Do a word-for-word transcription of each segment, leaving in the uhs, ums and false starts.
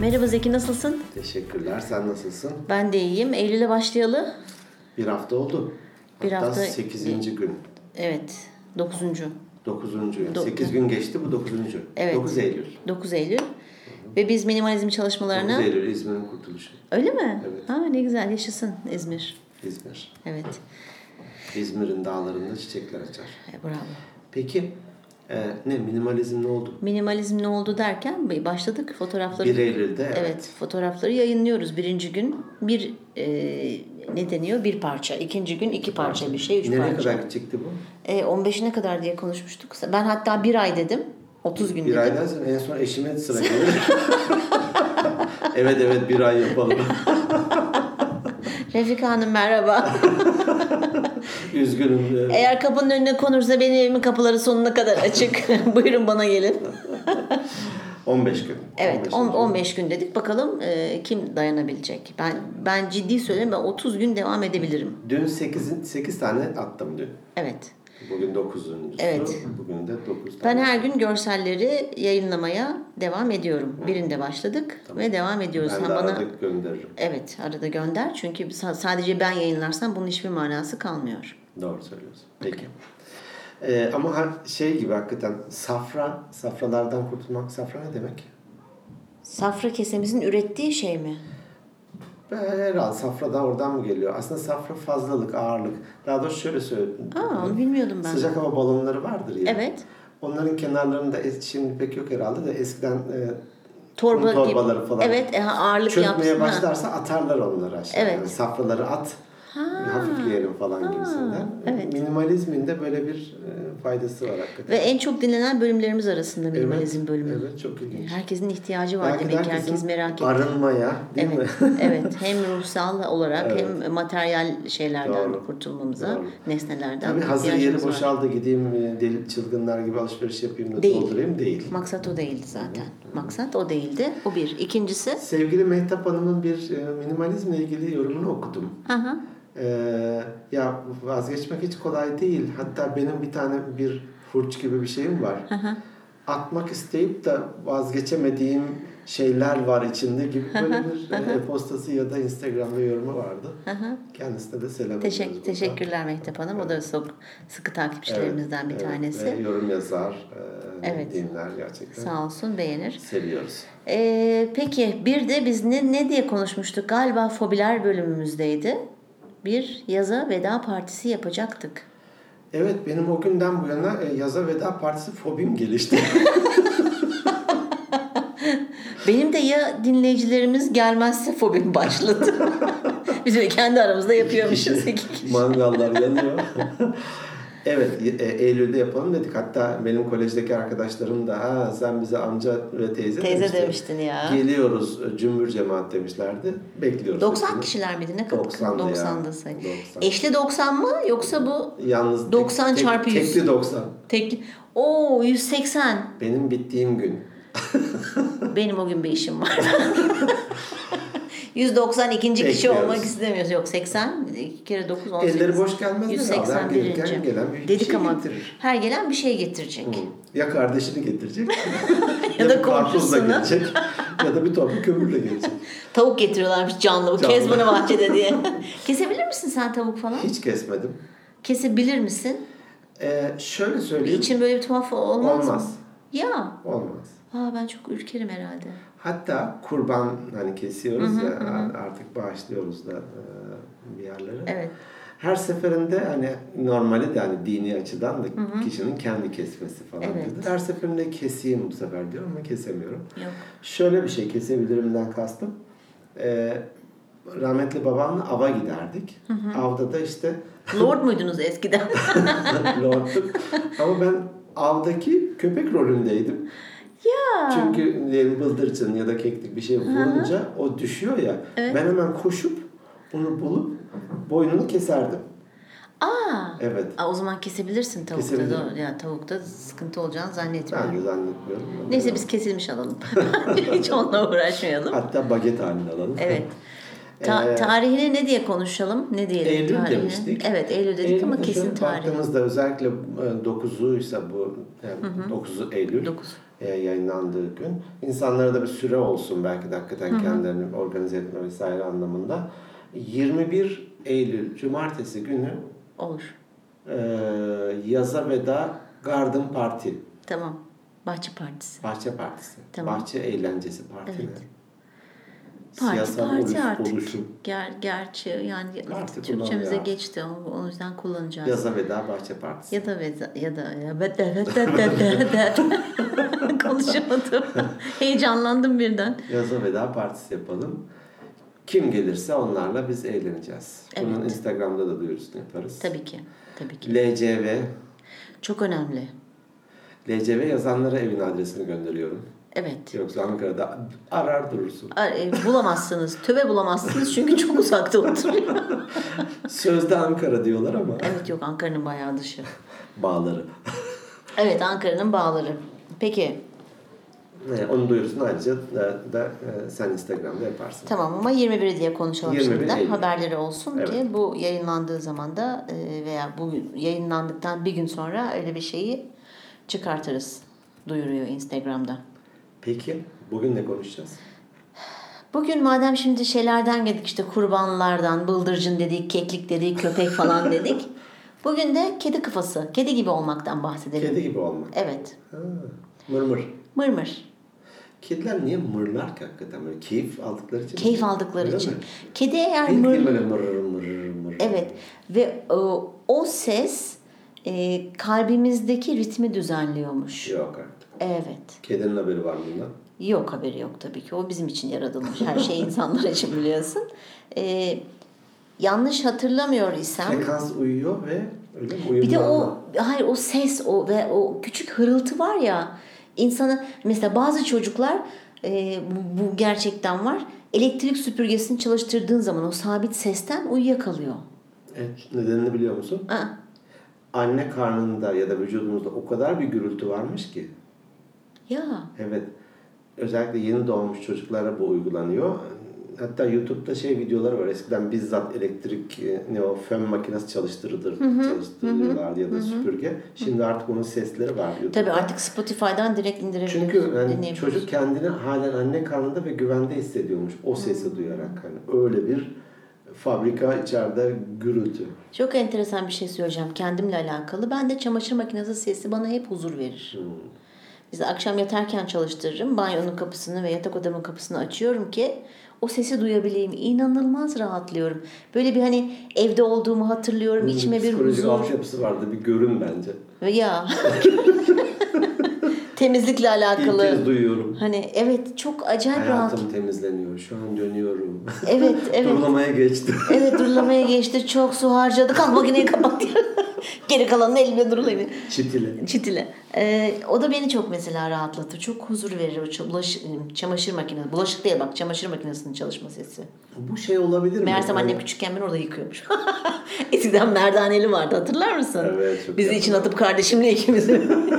Merhaba Zeki, nasılsın? Teşekkürler. Sen nasılsın? Ben de iyiyim. Eylül'e başlayalı. Bir hafta oldu. Bir Hatta hafta. sekizinci gün. Evet. dokuzuncu. dokuzuncu Do- sekiz gün geçti, bu dokuzuncu Evet. dokuz Eylül. dokuz Eylül. Ve biz minimalizm çalışmalarına... dokuz Eylül İzmir'in kurtuluşu. Öyle mi? Evet. Ha, ne güzel, yaşasın İzmir. İzmir. Evet. İzmir'in dağlarında çiçekler açar. E, bravo. Peki e, ne minimalizm ne oldu? Minimalizm ne oldu derken başladık fotoğrafları. bir Eylül'de evet. Evet, fotoğrafları yayınlıyoruz. Birinci gün bir e, ne deniyor? Bir parça. İkinci gün iki parça bir şey. Üç Nereye parça. kadar gidecekti bu? E, on beşine kadar diye konuşmuştuk. Ben hatta bir ay dedim. otuz gün Bir dedim. aydan sonra en son eşime sıra gelir. evet evet bir ay yapalım. Refika Hanım merhaba. Üzgünüm. Eğer kapının önüne konursa benim evimin kapıları sonuna kadar açık. Buyurun bana gelin. on beş gün. Evet on beş gün dedik. Bakalım e, kim dayanabilecek. Ben ben ciddi söylüyorum, ben otuz gün devam edebilirim. Dün sekiz, sekiz tane attım dün. Evet. Bugün dokuzuncusu. Evet. Bugün de dokuz tane. Ben her gün görselleri yayınlamaya devam ediyorum. Birinde başladık tamam. Ve devam ediyoruz. Ben de bana... arada gönderirim. Evet, arada gönder. Çünkü sadece ben yayınlarsam bunun hiçbir manası kalmıyor. Doğru söylüyorsun. Peki. Ee, ama şey gibi hakikaten safra, safralardan kurtulmak. Safra ne demek? Safra kesemizin ürettiği şey mi? Herhalde safra da oradan mı geliyor? Aslında safra fazlalık, ağırlık. Daha doğrusu şöyle söyleyeyim. Aa, onu bilmiyordum ben. Sıcak hava balonları vardır ya. Evet. Onların kenarlarında şimdi pek yok herhalde de eskiden e, Torba torbaları gibi. falan. Evet, e, ağırlık çökmeye yapsın. başlarsa atarlar onları aşağı. Evet. Yani safraları at. Ha. Hafifleyelim falan Ha. gibisinden. Evet. Minimalizmin de böyle bir e, faydası var hakikaten. Ve en çok dinlenen bölümlerimiz arasında minimalizm evet, bölümü. Evet, çok ilginç. Herkesin ihtiyacı var belki demek ki. Herkes merak ediyor. Arınmaya, değil evet, mi? evet. Hem ruhsal olarak evet. Hem materyal şeylerden Doğru. kurtulmamıza, Doğru. nesnelerden. Tabii hazır yeri boşaldı, gideyim deli çılgınlar gibi alışveriş yapayım da değil. doldurayım değil. Maksat o değildi zaten. Hı-hı. Maksat o değildi. O bir. İkincisi. Sevgili Mehtap Hanım'ın bir minimalizmle ilgili yorumunu okudum. Hı hı. Ee, ya vazgeçmek hiç kolay değil. Hatta benim bir tane bir hurç gibi bir şeyim var. Hı hı. Atmak isteyip de vazgeçemediğim şeyler var içinde gibi böyle bir e-postası ya da Instagram'da yorumu vardı. Hı hı. Kendisine de selam Teşekkür, ediyoruz. Teşekkürler Mehtap Hanım. Evet. O da çok sıkı takipçilerimizden evet, bir evet. tanesi. Ve yorum yazar, e, evet. dinler gerçekten. Sağ olsun, beğenir. Seviyoruz. Ee, peki bir de biz ne, ne diye konuşmuştuk? Galiba fobiler bölümümüzdeydi. Bir yaza veda partisi yapacaktık. Evet, benim o günden bu yana yaza veda partisi fobim gelişti. Benim de ya dinleyicilerimiz gelmezse fobim başladı. Biz kendi aramızda yapıyormuşuz. Mangallar yanıyor. Evet, Eylül'de yapalım dedik. Hatta benim kolejdeki arkadaşlarım da ha sen bize amca ve teyze, teyze demişti. demiştin ya. Geliyoruz cümbür cemaat demişlerdi. Bekliyoruz. doksan hepsini. kişiler miydi? Ne kadar? doksandı doksandı ya. sayı. doksan. Eşli doksan mı yoksa bu? Yalnız doksan tek, çarpı yüz. Tekli doksan. Tekli. Oo yüz seksen. Benim bittiğim gün. Benim o gün bir işim var. yüz doksan ikinci Bekliyoruz. Kişi olmak istemiyoruz. Yok seksen, iki kere dokuz, on sekiz. Elleri boş gelmez. yüz seksen birinci. Gelen bir Dedik şey ama getirir. her gelen bir şey getirecek. Hı. Ya kardeşini getirecek. ya, ya da komşusunu. Gelecek, ya da bir torba kömürle gelecek. Tavuk getiriyorlarmış canlı. Bu kes bunu bahçede diye. Kesebilir misin sen tavuk falan? Hiç kesmedim. Kesebilir misin? Ee, şöyle söyleyeyim. İçin böyle bir tuhaf olmaz, olmaz mı? Ya. Olmaz. Aa, ben çok ürkerim herhalde. Hatta kurban hani kesiyoruz hı hı, ya hı. artık bağışlıyoruz da bir yerlere. Evet. Her seferinde hani normali de hani dini açıdan da hı hı. kişinin kendi kesmesi falan evet. diyordur. Her seferinde keseyim bu sefer diyorum ama kesemiyorum. Yok. Şöyle bir şey kesebilirimden kastım. Ee, rahmetli babamla ava giderdik. Hı hı. Avda da işte Lord muydunuz eskiden? Lord'tuk. Ama ben avdaki köpek rolündeydim. Ya. Çünkü diyelim bıldırcın ya da keklik bir şey vurunca Hı-hı. o düşüyor ya. Evet. Ben hemen koşup onu bulup boynunu keserdim. Aa. Evet. Aa, o zaman kesebilirsin tavukta da. Yani tavukta sıkıntı olacağını zannetmiyorum. Ben de zannetmiyorum. Neyse biz kesilmiş alalım. Hiç onunla uğraşmayalım. Hatta baget halinde alalım. Evet. Ta- ee, tarihini ne diye konuşalım? Ne diyelim? Eylül tarihini? demiştik. Evet, Eylül dedik Eylül'de ama kesin tarih. Baktığımızda özellikle dokuzuysa bu yani dokuz Eylül. dokuz. e, yayınlandığı gün. İnsanlara da bir süre olsun belki de hakikaten Hı-hı. kendilerini organize etme vesaire anlamında. yirmi bir Eylül Cumartesi günü olur. E, yaza veda Garden Party. Tamam. Bahçe Partisi. Bahçe Partisi. Tamam. Bahçe Eğlencesi Partisi. Evet. Parti Siyasal parti oluş, artık. oluşum. Ger, gerçi yani Artık Türkçemize geçti. O, o yüzden kullanacağız. Yaza veda Bahçe Partisi. Ya da veda ya da ya da ya konuşamadım. Heyecanlandım birden. Yaza veda partisi yapalım. Kim gelirse onlarla biz eğleneceğiz. Evet. Bunun Instagram'da da duyurusunu yaparız. Tabii ki. Tabii ki. L C V. Çok önemli. L C V yazanlara evin adresini gönderiyorum. Evet. Yoksa Ankara'da arar durursun. E, bulamazsınız. Töbe bulamazsınız çünkü çok uzakta oturuyor. Sözde Ankara diyorlar ama. Evet yok Ankara'nın bayağı dışı. Bağları. Evet Ankara'nın bağları. Peki. E, onun duyurusunu ayrıca da, da e, sen Instagram'da yaparsın. Tamam ama yirmi bir diye konuşalım şimdiden. Eylül. Haberleri olsun evet. Ki bu yayınlandığı zaman da e, veya bu yayınlandıktan bir gün sonra öyle bir şeyi çıkartırız. Duyuruyor Instagram'da. Peki bugün ne konuşacağız? Bugün madem şimdi şeylerden geldik işte kurbanlardan, bıldırcın dedik, keklik dedik, köpek falan dedik. Bugün de kedi kafası, kedi gibi olmaktan bahsedelim. Kedi gibi olmak. Evet. Ha, mırmır. Mırmır. Kediler niye mırlar ki hakikaten böyle keyif aldıkları için? Keyif aldıkları Öyle için. Mi? Kedi eğer mır mır böyle mır mır mır. Evet ve o, o ses e, kalbimizdeki ritmi düzenliyormuş. Yok artık. Evet. Kedinin haberi var mı bundan? Yok haberi yok tabii ki. O bizim için yaratılmış. Her şey insanlar için biliyorsun. Ee, yanlış hatırlamıyor isem. Frekans uyuyor ve öyle mi? Bir de o hayır o ses o ve o küçük hırıltı var ya insanı mesela bazı çocuklar e, bu, bu gerçekten var. Elektrik süpürgesini çalıştırdığın zaman o sabit sesten uyuyakalıyor. Evet. Nedenini biliyor musun? Ha. Anne karnında ya da vücudumuzda o kadar bir gürültü varmış ki. Ya. Evet. Özellikle yeni doğmuş çocuklara bu uygulanıyor. Hatta YouTube'da şey videoları var. Eskiden bizzat elektrik ne o fön makinesi çalıştırılır, çalıştırılıyorlardı ya da süpürge. Şimdi artık onun sesleri var YouTube'da. Tabii artık Spotify'dan direkt indirebiliyorsun. Çünkü yani çocuk kendini halen anne karnında ve güvende hissediyormuş. O sesi hmm. duyarak hani öyle bir fabrika içeride gürültü. Çok enteresan bir şey söyleyeceğim kendimle alakalı. Ben de çamaşır makinesi sesi bana hep huzur verir. Hmm. Biz akşam yatarken çalıştırırım. Banyonun kapısını ve yatak odamın kapısını açıyorum ki o sesi duyabileyim. İnanılmaz rahatlıyorum. Böyle bir hani evde olduğumu hatırlıyorum. Bunun İçime bir huzur. Psikolojik altyapısı vardı. Bir görün bence. Ya. Temizlikle alakalı. İlk kez duyuyorum. Hani evet çok acayip Hayatım rahat. Hayatım temizleniyor. Şu an dönüyorum. Evet evet. Durulamaya geçti. Evet durulamaya geçti. Çok su harcadı. Kalk makineyi kapat diyor. Geri kalanını elimle durulayım. Çitile. Çitile. Ee, o da beni çok mesela rahatlatır. Çok huzur verir. O bulaş, çamaşır makinesi. Bulaşık değil bak çamaşır makinesinin çalışma sesi. Bu şey olabilir mi? Meğersem annem küçükken ben orada yıkıyormuş. Eskiden merdaneli vardı hatırlar mısın? Evet. Çok Bizi için atıp kardeşimle ikimiz.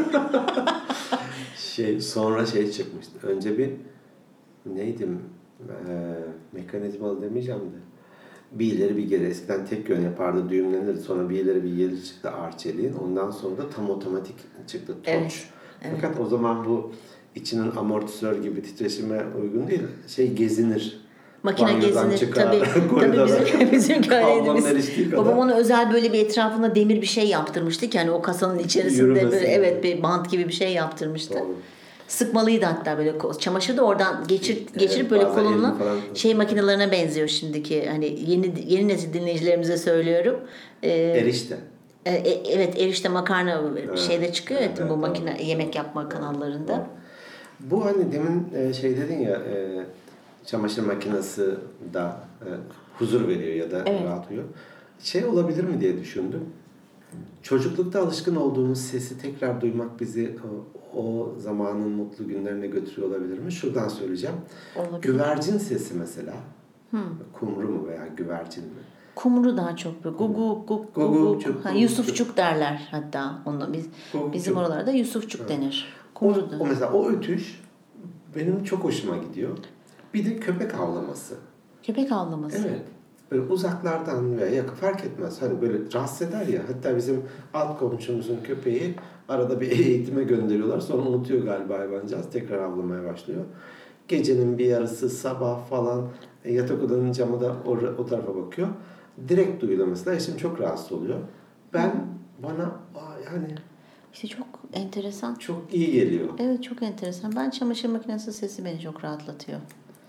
şey sonra şey çıkmıştı. Önce bir neydi? Ee, mekanizmalı demeyeceğim de. Bir ileri bir geri. Eskiden tek yön yapardı, düğümlenirdi. Sonra bir ileri bir geri çıktı arçeliğin. Ondan sonra da tam otomatik çıktı Torch. Evet, evet. Fakat o zaman bu içinin amortisör gibi titreşime uygun değil. Şey gezinir. Makine gezinir. Çıkar, tabii, tabii bizim, bizimki öyleydi. Babam ona özel böyle bir etrafında demir bir şey yaptırmıştı ki hani o kasanın içerisinde Yürümesi böyle, evet bir bant gibi bir şey yaptırmıştı. Doğru. Sıkmalıydı hatta böyle çamaşırı da oradan geçir, evet, geçirip böyle kolunla şey makinelerine benziyor şimdiki hani yeni yeni nesil dinleyicilerimize söylüyorum. Ee, erişte. E, evet erişte makarna evet, şeyde çıkıyor evet, ya bu makine tamam. Yemek yapma kanallarında. Tamam. Bu hani demin şey dedin ya e, çamaşır makinesi da e, huzur veriyor ya da evet. rahatlıyor. Şey olabilir mi diye düşündüm. Çocuklukta alışkın olduğumuz sesi tekrar duymak bizi o, o zamanın mutlu günlerine götürüyor olabilir mi? Şuradan söyleyeceğim. Olabilir. Güvercin sesi mesela. Hmm. Kumru mu veya güvercin mi? Kumru daha çok böyle gugu guk gugu ha, Yusufçuk derler hatta onu biz Guguk. Bizim oralarda Yusufçuk ha. denir. Kumru o, o mesela o ötüş benim çok hoşuma gidiyor. Bir de köpek havlaması. Köpek havlaması. Evet. böyle uzaklardan veya yakın fark etmez. Hani böyle rahatsız eder ya. Hatta bizim alt komşumuzun köpeği arada bir eğitime gönderiyorlar. Sonra unutuyor galiba hayvancağız. Tekrar avlamaya başlıyor. Gecenin bir yarısı, sabah falan yatak odanın camı da o, o tarafa bakıyor. Direkt duyuyor mesela. Eşim çok rahatsız oluyor. Ben bana aa, yani İşte çok enteresan. Çok iyi geliyor. Evet, çok enteresan. Ben çamaşır makinesi sesi beni çok rahatlatıyor.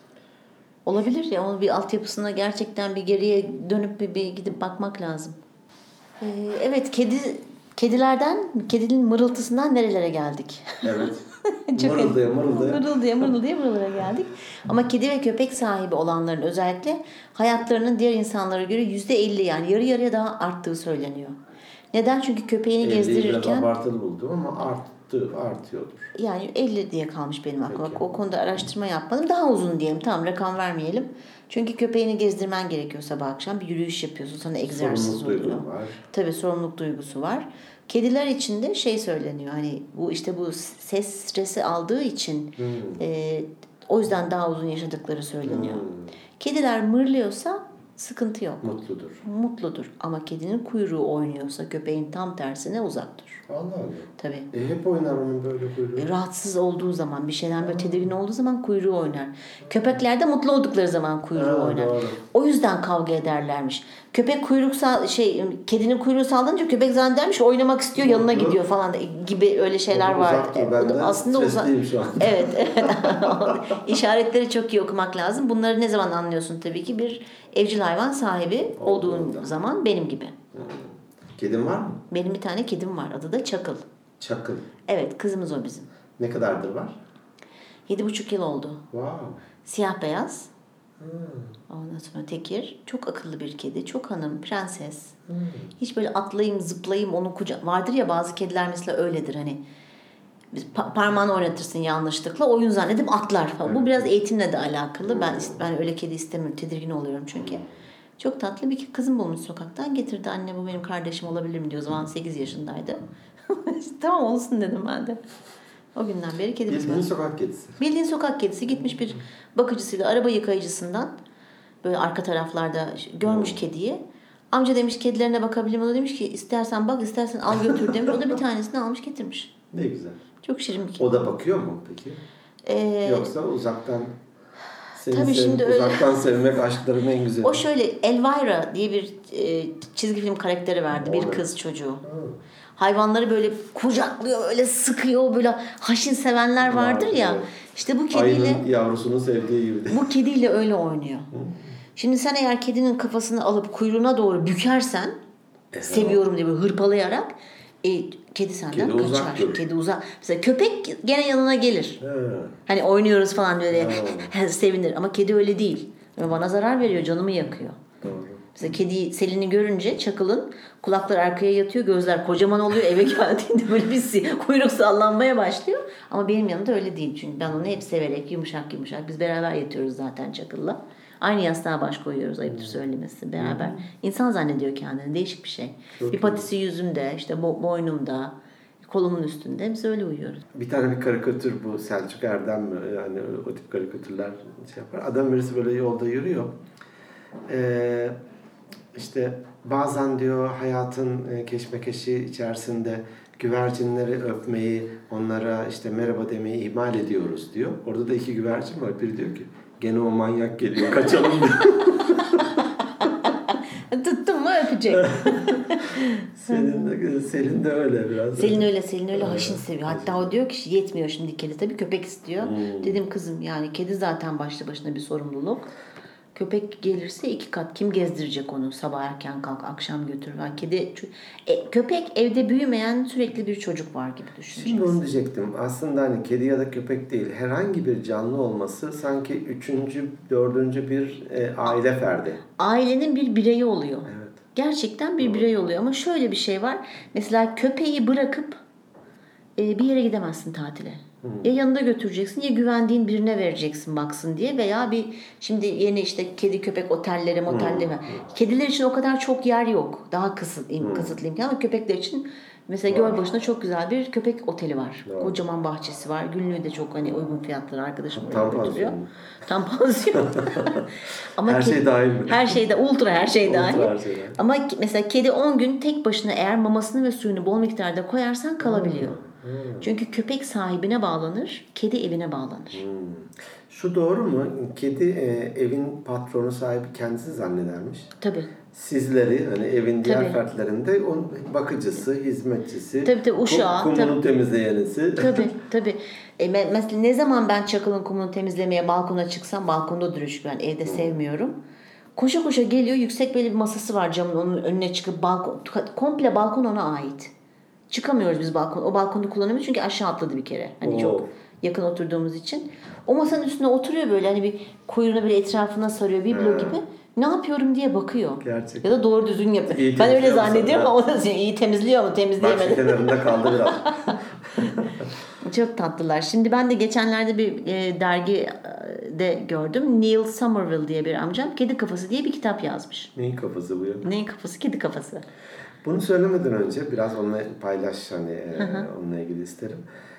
Olabilir ya, onun bir altyapısına gerçekten bir geriye dönüp bir, bir gidip bakmak lazım. Ee, evet, kedi kedilerden, kedinin mırıltısından nerelere geldik? Evet. Mırıldaya mırıldaya. Mırıldaya mırıldaya buralara geldik. Ama kedi ve köpek sahibi olanların özellikle hayatlarının diğer insanlara göre yüzde elli, yani yarı yarıya daha arttığı söyleniyor. Neden? Çünkü köpeğini gezdirirken... biraz abartılı buldum ama arttı, artıyordur. Yani elli diye kalmış benim aklıma. O konuda araştırma yapmadım. Daha uzun diyelim. Tamam, rakam vermeyelim. Çünkü köpeğini gezdirmen gerekiyor sabah akşam. Bir yürüyüş yapıyorsun. Sana egzersiz oluyor. Sorumluluk duygusu var. Tabii, sorumluluk duygusu var. Kediler için de şey söyleniyor. Hani bu işte bu ses stresi aldığı için hmm. e, o yüzden daha uzun yaşadıkları söyleniyor. Hmm. Kediler mırlıyorsa sıkıntı yok. Mutludur. Mutludur. Ama kedinin kuyruğu oynuyorsa köpeğin tam tersine uzaktır. Allah Allah. Tabii. E hep oynar onun böyle kuyruğu. E, rahatsız olduğu zaman, bir şeyden böyle tedirgin olduğu zaman kuyruğu oynar. Köpekler de mutlu oldukları zaman kuyruğu ha, oynar. Doğru. O yüzden kavga ederlermiş. Köpek kuyruk sağ, şey kedinin kuyruğu sallanınca köpek zannedermiş oynamak istiyor, mutlu. Yanına gidiyor falan gibi öyle şeyler var. Ben de aslında uzak. Şu an. Evet, evet. İşaretleri çok iyi okumak lazım. Bunları ne zaman anlıyorsun tabii ki? Bir evcil hayvan sahibi olduğun Olduğunda. zaman benim gibi. Hmm. Kedin var mı? Benim bir tane kedim var. Adı da Çakıl. Çakıl. Evet, kızımız o bizim. Ne kadardır var? Yedi buçuk yıl oldu. Wow. Siyah beyaz. Hmm. Ondan sonra tekir. Çok akıllı bir kedi. Çok hanım, prenses. Hmm. Hiç böyle atlayayım, zıplayayım, onu kucak... Vardır ya bazı kediler mesela öyledir hani. Pa- parmağını oynatırsın yanlışlıkla, oyun zannedip atlar falan. Evet. Bu biraz eğitimle de alakalı. Hmm. Ben ben öyle kedi istemiyorum. Tedirgin oluyorum çünkü. Hmm. Çok tatlı bir kızım bulmuş sokaktan. Getirdi, anne bu benim kardeşim olabilir mi diyor. O zaman sekiz yaşındaydı. Tamam olsun dedim ben de. O günden beri kedimiz var. Bildiğin sokak kedisi. Bildiğin sokak kedisi. Gitmiş bir bakıcısıyla, araba yıkayıcısından böyle arka taraflarda görmüş hmm. kediyi. Amca demiş kedilerine bakabilir mi? O demiş ki istersen bak, istersen al götür demiş. O da bir tanesini almış getirmiş. Ne güzel. Çok şirin bir kedi. O da bakıyor mu peki? Ee, Yoksa uzaktan... Seni Tabii sev, şimdi uzaktan öyle. sevmek aşkların en güzeli. O şöyle Elvira diye bir e, çizgi film karakteri vardı. Bir kız çocuğu. Ha. Hayvanları böyle kucaklıyor, öyle sıkıyor, böyle haşin sevenler vardır var, ya. Evet. İşte bu kediyle ayının yavrusunu sevdiği gibi. Bu kediyle öyle oynuyor. Hı. Şimdi sen eğer kedinin kafasını alıp kuyruğuna doğru bükersen, evet. seviyorum diye böyle hırpalayarak, e, kedi senden kedi kaçar. Uzak kedi uzak. Mesela köpek gene yanına gelir. He. Hani oynuyoruz falan böyle sevinir. Ama kedi öyle değil. Bana zarar veriyor, canımı yakıyor. Doğru. Mesela kedi Selin'i görünce Çakıl'ın kulakları arkaya yatıyor, gözler kocaman oluyor. Eve geldiğinde böyle bir kuyruk sallanmaya başlıyor. Ama benim yanımda öyle değil. Çünkü ben onu hep severek yumuşak yumuşak. Biz beraber yatıyoruz zaten Çakıl'la. Aynı yastığa baş koyuyoruz, ayıptır söylemesi, beraber. İnsan zannediyor kendini, değişik bir şey. Çok bir patisi iyi. Yüzümde, işte bo- boynumda, kolumun üstünde, biz öyle uyuyoruz. Bir tane bir karikatür bu, Selçuk Erdem mi? Yani o tip karikatürler şey yapar. Adam birisi böyle yolda yürüyor. Ee, işte bazen diyor hayatın keşmekeşi içerisinde güvercinleri öpmeyi, onlara işte merhaba demeyi ihmal ediyoruz diyor. Orada da iki güvercin var. Biri diyor ki gene o manyak geliyor, kaçalım diyor. Tuttun mu öpecek. Selin de, Selin de öyle biraz. Selin öyle, Selin öyle haşin seviyor. Hatta o diyor ki yetmiyor şimdi kedi, tabii köpek istiyor. Hmm. Dedim kızım yani kedi zaten başlı başına bir sorumluluk. Köpek gelirse iki kat. Kim gezdirecek onu? Sabah erken kalk, akşam götür. Yani kedi, e, köpek evde büyümeyen sürekli bir çocuk var gibi düşüneceksin. Şimdi onu diyecektim. Aslında hani kedi ya da köpek değil, herhangi bir canlı olması sanki üçüncü, dördüncü bir e, aile ferdi. Ailenin bir bireyi oluyor. Evet. Gerçekten bir birey oluyor. Ama şöyle bir şey var. Mesela köpeği bırakıp e, bir yere gidemezsin tatile. Hmm. Ya yanında götüreceksin ya güvendiğin birine vereceksin baksın diye veya bir şimdi yeni işte kedi köpek otelleri motelleri hmm. var. Kediler için o kadar çok yer yok. Daha kısıtlı, hmm. kısıtlı imkan ama köpekler için mesela Gölbaşı'nda çok güzel bir köpek oteli var. Var. Kocaman bahçesi var. Günlüğü de çok hani uygun fiyatları arkadaşım oraya götürüyor. Tam pansiyon. Ama her kedi, şey dahil mi? Her şeyde ultra her şey ultra dahil. Her şey dahil. Ama mesela kedi on gün tek başına eğer mamasını ve suyunu bol miktarda koyarsan kalabiliyor. Hmm. Hmm. Çünkü köpek sahibine bağlanır, kedi evine bağlanır. Hmm. Şu doğru mu? Kedi e, evin patronu sahibi kendisi zannedermiş. Tabii. Sizleri hani evin diğer tabii. fertlerinde onun bakıcısı, hizmetçisi, tabii, tabii, uşağı, kumunu tabii. temizleyenisi. Tabii tabii. E, mesela ne zaman ben Çakıl'ın kumunu temizlemeye balkona çıksam, balkonda duruyor çünkü ben evde hmm. sevmiyorum. Koşa koşa geliyor, yüksek böyle bir masası var camın onun önüne çıkıp balkon, komple balkon ona ait. Çıkamıyoruz biz balkon. O balkonu kullanamıyoruz çünkü aşağı atladı bir kere. Hani Oo. çok yakın oturduğumuz için. O masanın üstüne oturuyor böyle hani bir kuyruğunu böyle etrafına sarıyor biblo hmm. gibi. Ne yapıyorum diye bakıyor. Gerçekten. Ya da doğru düzgün yapıyor. İyi ben öyle zannediyorum ama o da iyi temizliyor mu temizleyemedi. Bak kenarında kaldı biraz. Çok tatlılar. Şimdi ben de geçenlerde bir e, dergide gördüm. Neil Somerville diye bir amcam Kedi Kafası diye bir kitap yazmış. Neyin kafası bu ya? Neyin kafası? Kedi kafası. Bunu söylemeden önce biraz onunla paylaş hani e, onunla ilgili isterim.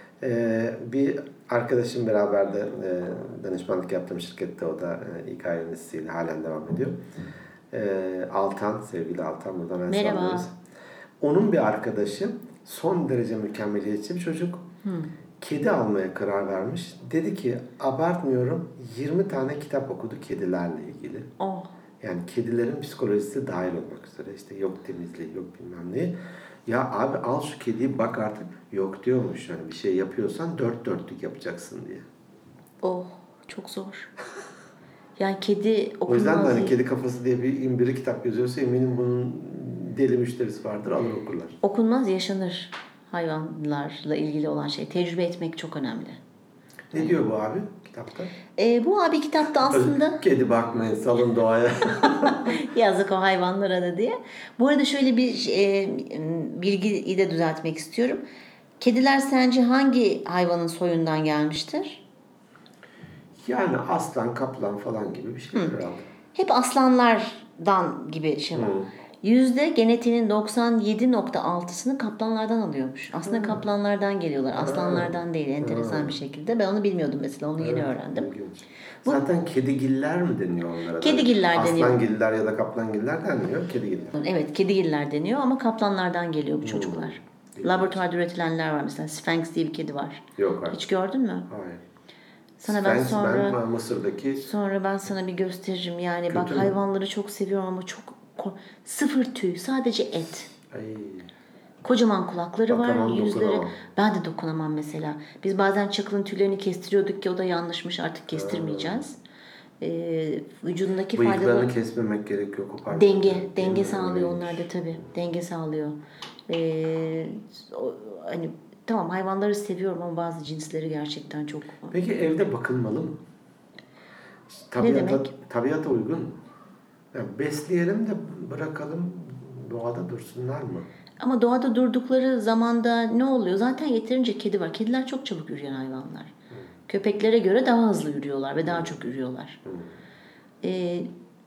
E, bir arkadaşım beraber de e, danışmanlık yaptığım şirkette o da e, İK yöneticisiyle halen devam ediyor. E, Altan, sevgili Altan buradan ben merhaba. Onun bir arkadaşı son derece mükemmeliyetçi bir çocuk. Hmm. Kedi almaya karar vermiş. Dedi ki abartmıyorum yirmi tane kitap okudu kedilerle ilgili. Oh. Yani kedilerin psikolojisi dahil olmak üzere işte yok temizliği yok bilmem ne. Ya abi al şu kediyi bak artık yok diyormuş yani bir şey yapıyorsan dört dörtlük yapacaksın diye. Oh çok zor. Yani kedi okunmaz. O yüzden de hani Kedi Kafası diye bir imbiri kitap yazıyorsa eminim bunun deli müşterisi vardır alır okurlar. Okunmaz yaşanır hayvanlarla ilgili olan şey. Tecrübe etmek çok önemli. Ne yani. Diyor bu abi kitapta? E, bu abi kitapta aslında... Kedi bakmayın salın doğaya. Yazık o hayvanlara da diye. Bu arada şöyle bir e, bilgiyi de düzeltmek istiyorum. Kediler sence hangi hayvanın soyundan gelmiştir? Yani aslan, kaplan falan gibi bir şey herhalde. Hep aslanlardan gibi şey var. Hı. Yüzde genetiğinin doksan yedi nokta altısını kaplanlardan alıyormuş. Aslında hmm. kaplanlardan geliyorlar. Aslanlardan hmm. değil. Enteresan hmm. bir şekilde. Ben onu bilmiyordum mesela. Onu yeni evet. öğrendim. Bu, Zaten kedigiller mi deniyor onlara? Kedigiller Aslan deniyor. Aslangiller ya da kaplangiller denmiyor. Kedigiller. Evet kedigiller deniyor ama kaplanlardan geliyor bu hmm. çocuklar. Laboratuvarda üretilenler var. Mesela Sphinx diye bir kedi var. Yok hayır. Hiç gördün mü? Hayır. Sana Sphinx, ben sonra ben Mısır'daki sonra ben sana bir gösteririm. Yani kötü bak mü? Hayvanları çok seviyorum ama çok sıfır tüy, sadece et. Ay. Kocaman kulakları Bakamam, var, yüzleri. Dokunamam. Ben de dokunamam mesela. Biz bazen Çakıl'ın tüylerini kestiriyorduk ki o da yanlışmış, artık kestirmeyeceğiz. Ee, vücudundaki faydaları... Bıyıklarını kesmemek gerekiyor. Kopartmak denge, gerekiyor. denge sağlıyor onlar da tabii. Denge sağlıyor. Ee, o, hani tamam hayvanları seviyorum ama bazı cinsleri gerçekten çok... Peki evde bakılmalı mı? Tabiata, ne demek? Tabiata uygun mu? Yani besleyelim de bırakalım doğada dursunlar mı? Ama doğada durdukları zamanda ne oluyor? Zaten yeterince kedi var. Kediler çok çabuk yürüyen hayvanlar. Hmm. Köpeklere göre daha hızlı yürüyorlar ve daha çok yürüyorlar. Hmm. Ee,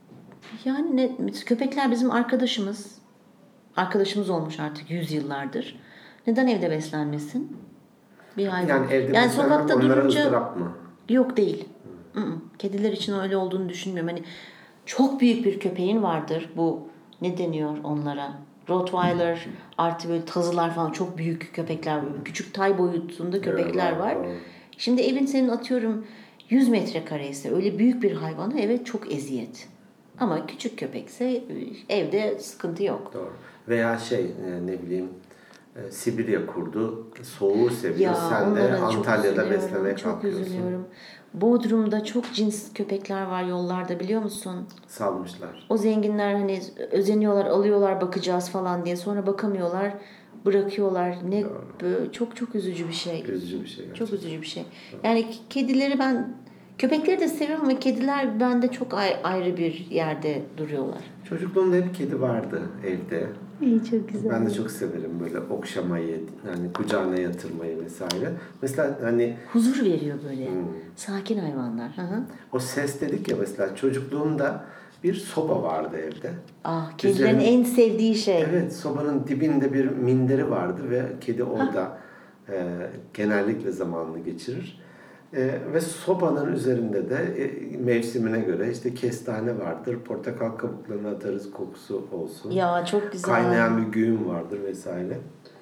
yani ne, köpekler bizim arkadaşımız. Arkadaşımız olmuş artık yüzyıllardır. Neden evde beslenmesin? Bir hayvan. Yani evde yani sokakta durunca mı? Yok değil. Hmm. Kediler için öyle olduğunu düşünmüyorum. Hani çok büyük bir köpeğin vardır. Bu ne deniyor onlara? Rottweiler, artı böyle tazılar falan çok büyük köpekler var. Küçük tay boyutunda köpekler var. Şimdi evin senin atıyorum yüz metrekareyse öyle büyük bir hayvana evet çok eziyet. Ama küçük köpekse evde sıkıntı yok. Doğru. Veya şey ne bileyim Sibirya kurdu. Soğuğu seviyor. Ya, sen de Antalya'da beslemeye çok kalkıyorsun. Üzülüyorum. Bodrum'da çok cins köpekler var yollarda biliyor musun? Salmışlar. O zenginler hani özeniyorlar, alıyorlar bakacağız falan diye. Sonra bakamıyorlar, bırakıyorlar. Ne böyle, çok çok üzücü bir şey. Üzücü bir şey. Gerçekten. Çok üzücü bir şey. Yani kedileri ben köpekleri de seviyorum ama kediler bende çok ayrı bir yerde duruyorlar. Çocukluğumda hep kedi vardı evde. Hmm. Çok güzel. Ben de çok severim böyle okşamayı, yani kucağına yatırmayı vesaire. Mesela hani huzur veriyor böyle. Hmm. Sakin hayvanlar. Hı hı. O ses dedik ya, mesela çocukluğumda bir soba vardı evde. Ah, kedilerin Üzerin, en sevdiği şey. Evet, sobanın dibinde bir minderi vardı ve kedi orada e, genellikle zamanını geçirir. E, ve sobanın üzerinde de e, mevsimine göre işte kestane vardır, portakal kabuklarını atarız, kokusu olsun. Ya çok güzel. Kaynayan bir güğüm vardır vesaire.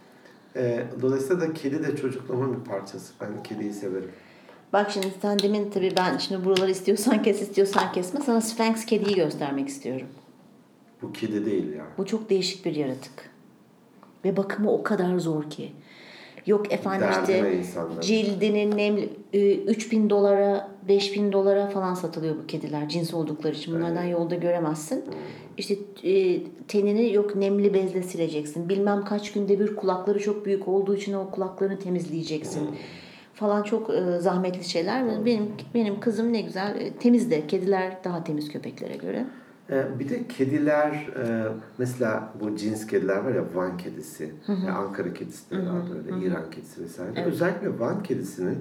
E, dolayısıyla da kedi de çocukluğumun bir parçası. Ben kediyi severim. Bak şimdi sen demin tabii ben şimdi buraları istiyorsan kes istiyorsan kesme. Sana Sphinx kediyi göstermek istiyorum. Bu kedi değil ya. Bu çok değişik bir yaratık. Ve bakımı o kadar zor ki. Yok efendim Derdine işte cildinin nemli üç bin dolara beş bin dolara falan satılıyor bu kediler cins oldukları için. Bunlardan evet. Yolda göremezsin. Hmm. İşte e, tenini yok nemli bezle sileceksin. Bilmem kaç günde bir kulakları çok büyük olduğu için o kulaklarını temizleyeceksin. Hmm. Falan çok e, zahmetli şeyler. Hmm. Benim benim kızım ne güzel e, temiz de. Kediler daha temiz köpeklere göre. Bir de kediler, mesela bu cins kediler var ya, Van kedisi, hı hı. Ankara kedisi de var böyle, hı hı. İran kedisi vesaire. Evet. Özellikle Van kedisinin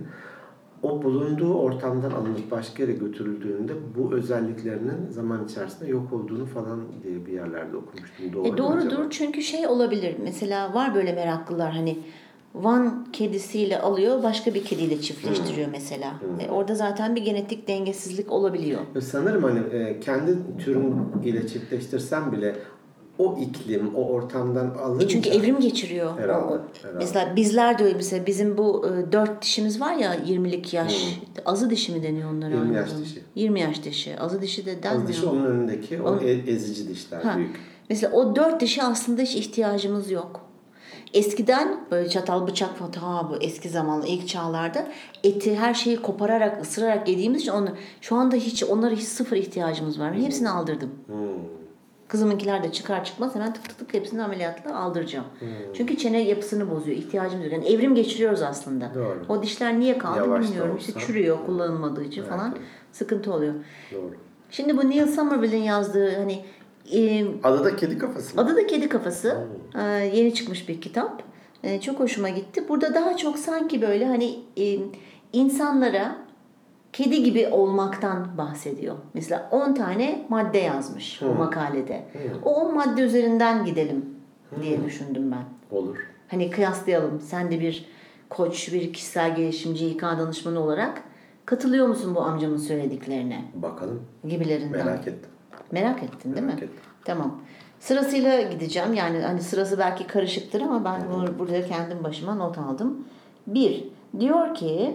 o bulunduğu ortamdan alınıp başka yere götürüldüğünde bu özelliklerinin zaman içerisinde yok olduğunu falan diye bir yerlerde okumuştum. Doğru e doğrudur çünkü şey olabilir. Mesela var böyle meraklılar hani Van kedisiyle alıyor, başka bir kediyle çiftleştiriyor hmm. mesela. Hmm. E orada zaten bir genetik dengesizlik olabiliyor. Sanırım hani e, kendi türüm ile çiftleştirsen bile o iklim, o ortamdan alınca... E çünkü evrim geçiriyor. Herhalde, herhalde. Mesela bizler de öyle mesela bizim bu e, dört dişimiz var ya yirmilik yaş. Hmm. Azı dişi mi deniyor onlara? yirmi yaş dişi. yirmi yaş dişi. Azı dişi de denmiyor. Azı dişi onun önündeki, o On... ezici dişler ha. büyük. Mesela o dört dişi aslında hiç ihtiyacımız yok. Eskiden böyle çatal bıçak falan ta bu eski zamanlı ilk çağlarda eti her şeyi kopararak ısırarak yediğimiz için onu şu anda hiç onlara hiç sıfır ihtiyacımız var. Hmm. Hepsini aldırdım. Hmm. Kızımınkiler de çıkar çıkmaz hemen tık tık tık hepsini ameliyatla aldıracağım. Hmm. Çünkü çene yapısını bozuyor. İhtiyacımız yok. Yani evrim geçiriyoruz aslında. Doğru. O dişler niye kaldı Yavaş bilmiyorum. İşte çürüyor kullanılmadığı için evet, falan evet. sıkıntı oluyor. Doğru. Şimdi bu Neil Somerville'in yazdığı hani Ee, Adı da Kedi Kafası. Adı da Kedi Kafası. Hmm. Ee, yeni çıkmış bir kitap. Ee, çok hoşuma gitti. Burada daha çok sanki böyle hani e, insanlara kedi gibi olmaktan bahsediyor. Mesela on tane madde yazmış hmm. o makalede. Hmm. O on madde üzerinden gidelim hmm. diye düşündüm ben. Olur. Hani kıyaslayalım. Sen de bir koç, bir kişisel gelişimci, İK danışmanı olarak katılıyor musun bu amcamın söylediklerine? Bakalım. Gibilerinden. Merak ettim. Merak ettin değil Merak mi? Ettim. Tamam. Sırasıyla gideceğim. Yani hani sırası belki karışıktır ama ben bunu burada kendim başıma not aldım. Bir, diyor ki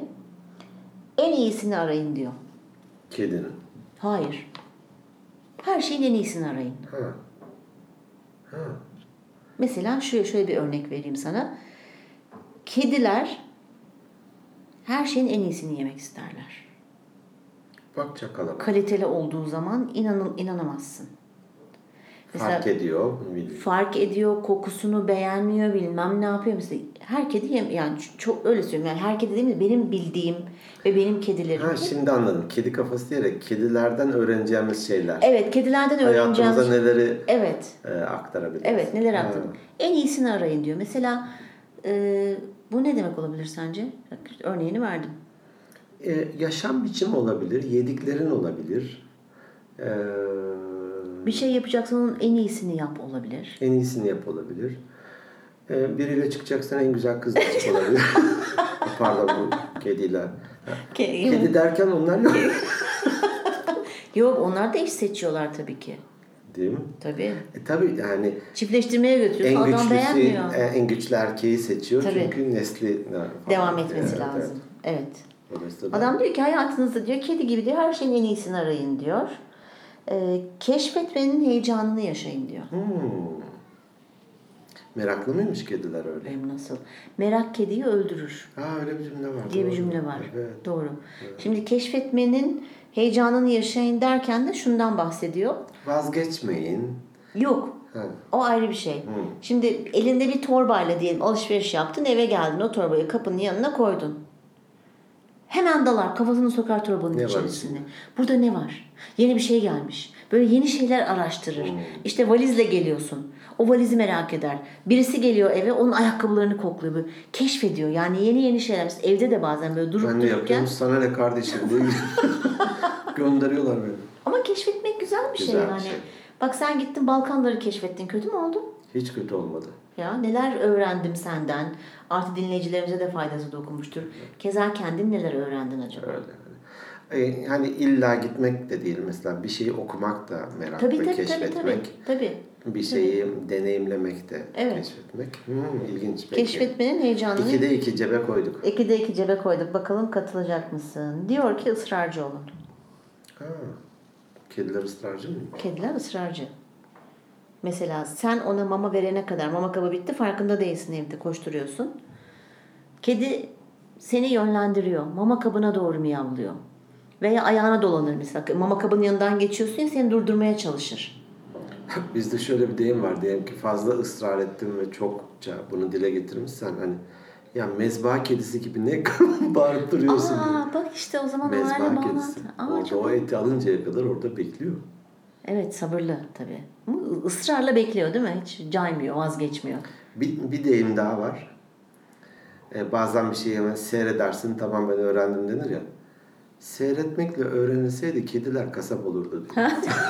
en iyisini arayın diyor. Kedinin. Hayır. Her şeyin en iyisini arayın. Ha. Ha. Mesela şöyle şöyle bir örnek vereyim sana. Kediler her şeyin en iyisini yemek isterler. Bak çakala. Kaliteli olduğu zaman inanın inanamazsın. Mesela, fark ediyor. Fark ediyor, kokusunu beğenmiyor, bilmem ne yapıyor. Mesela her kedi yem yani çok öyle söyleyeyim. Yani her kedi değil mi? Benim bildiğim ve benim kedilerim. Ha şimdi anladım. Kedi kafası diyerek kedilerden öğreneceğimiz şeyler. Evet, kedilerden öğreneceğimiz. Hayatımıza neleri evet. E, aktarabiliriz. Evet, neler aktarabiliriz. En iyisini arayın diyor. Mesela e, bu ne demek olabilir sence? Örneğini verdim. Ee, yaşam biçimi olabilir, yediklerin olabilir. Ee, bir şey yapacaksan onun en iyisini yap olabilir. En iyisini yap olabilir. Ee, biriyle çıkacaksan en güzel kızla çık olabilir. Pardon bu kediler. Kedi, Kedi derken onlar yok. Yok onlar da eş seçiyorlar tabii ki. Değil mi? Tabii. E, tabii yani. Çiftleştirmeye götürüyorsun. En adam beğenmiyor. En güçlü erkeği seçiyor tabii. Çünkü nesli falan. Devam etmesi evet, lazım. Evet. evet. Adam diyor ki hayatınızda diyor kedi gibi diyor her şeyin en iyisini arayın diyor. Ee, keşfetmenin heyecanını yaşayın diyor. Hmm. Meraklı mıymış kediler öyle? Benim nasıl? Merak kediyi öldürür. Ha öyle bir cümle var. Diye doğru. bir cümle var. Evet. Doğru. Evet. Şimdi keşfetmenin heyecanını yaşayın derken de şundan bahsediyor. Vazgeçmeyin. Yok. Ha. O ayrı bir şey. Hı. Şimdi elinde bir torbayla diyelim alışveriş yaptın, eve geldin, o torbayı kapının yanına koydun. Hemen dalar, kafasını sokar torbanın ne içerisine. Burada ne var? Yeni bir şey gelmiş. Böyle yeni şeyler araştırır. Hmm. İşte valizle geliyorsun. O valizi merak eder. Birisi geliyor eve, onun ayakkabılarını kokluyor. Böyle keşfediyor. Yani yeni yeni şeyler. Mesela evde de bazen böyle durup ben dururken. Ben de yapıyorum, sana ne kardeşim diye gönderiyorlar beni. Ama keşfetmek güzel bir güzel şey yani. Şey. Bak sen gittin Balkanları keşfettin. Kötü mü oldu? Hiç kötü olmadı. Ya neler öğrendim senden. Artı dinleyicilerimize de faydası dokunmuştur. Keza kendin neler öğrendin acaba? Öyle. Yani illa gitmek de değil. Mesela bir şeyi okumak da merak tabii, ve tabii, keşfetmek. Tabii, tabii. Bir şeyi tabii. deneyimlemek de evet. keşfetmek. Hmm, ilginç. Peki. Keşfetmenin heyecanını. İkide iki cebe koyduk. İkide iki cebe koyduk. Bakalım katılacak mısın? Diyor ki ısrarcı olun. Ha. Kediler ısrarcı mı? Kediler ısrarcı. Mesela sen ona mama verene kadar mama kabı bitti, farkında değilsin, evde koşturuyorsun. Kedi seni yönlendiriyor. Mama kabına doğru miyavlıyor. Veya ayağına dolanır mesela. Mama kabının yanından geçiyorsun ya, seni durdurmaya çalışır. Bizde şöyle bir deyim var. Diyelim ki fazla ısrar ettim ve çokça bunu dile getirmişsen hani ya mezba kedisi gibi ne bağırıp duruyorsun. Aa, diye. Bak işte o zaman mezba kedisi. Aa, orada çok... o eti alıncaya kadar orada bekliyor. Evet, sabırlı tabii. Israrla bekliyor değil mi? Hiç caymıyor, vazgeçmiyor. Bir, bir deyim daha var. Ee, bazen bir şeyi hemen seyredersin, tamam ben öğrendim denir ya. Seyretmekle öğrenilseydi kediler kasap olurdu diyor.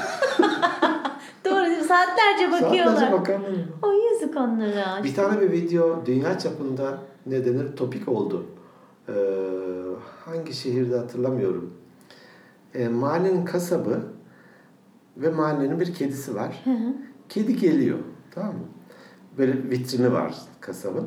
Doğru değil mi? Saatlerce bakıyorlar. Saatlerce bakarlar. O yazık onlara. Bir tane bir video dünya çapında ne denir? Topik oldu. Ee, hangi şehirde hatırlamıyorum. Ee, mahallenin kasabı ve mahallenin bir kedisi var. Hı hı. Kedi geliyor. Tamam mı? Böyle vitrini var kasabın.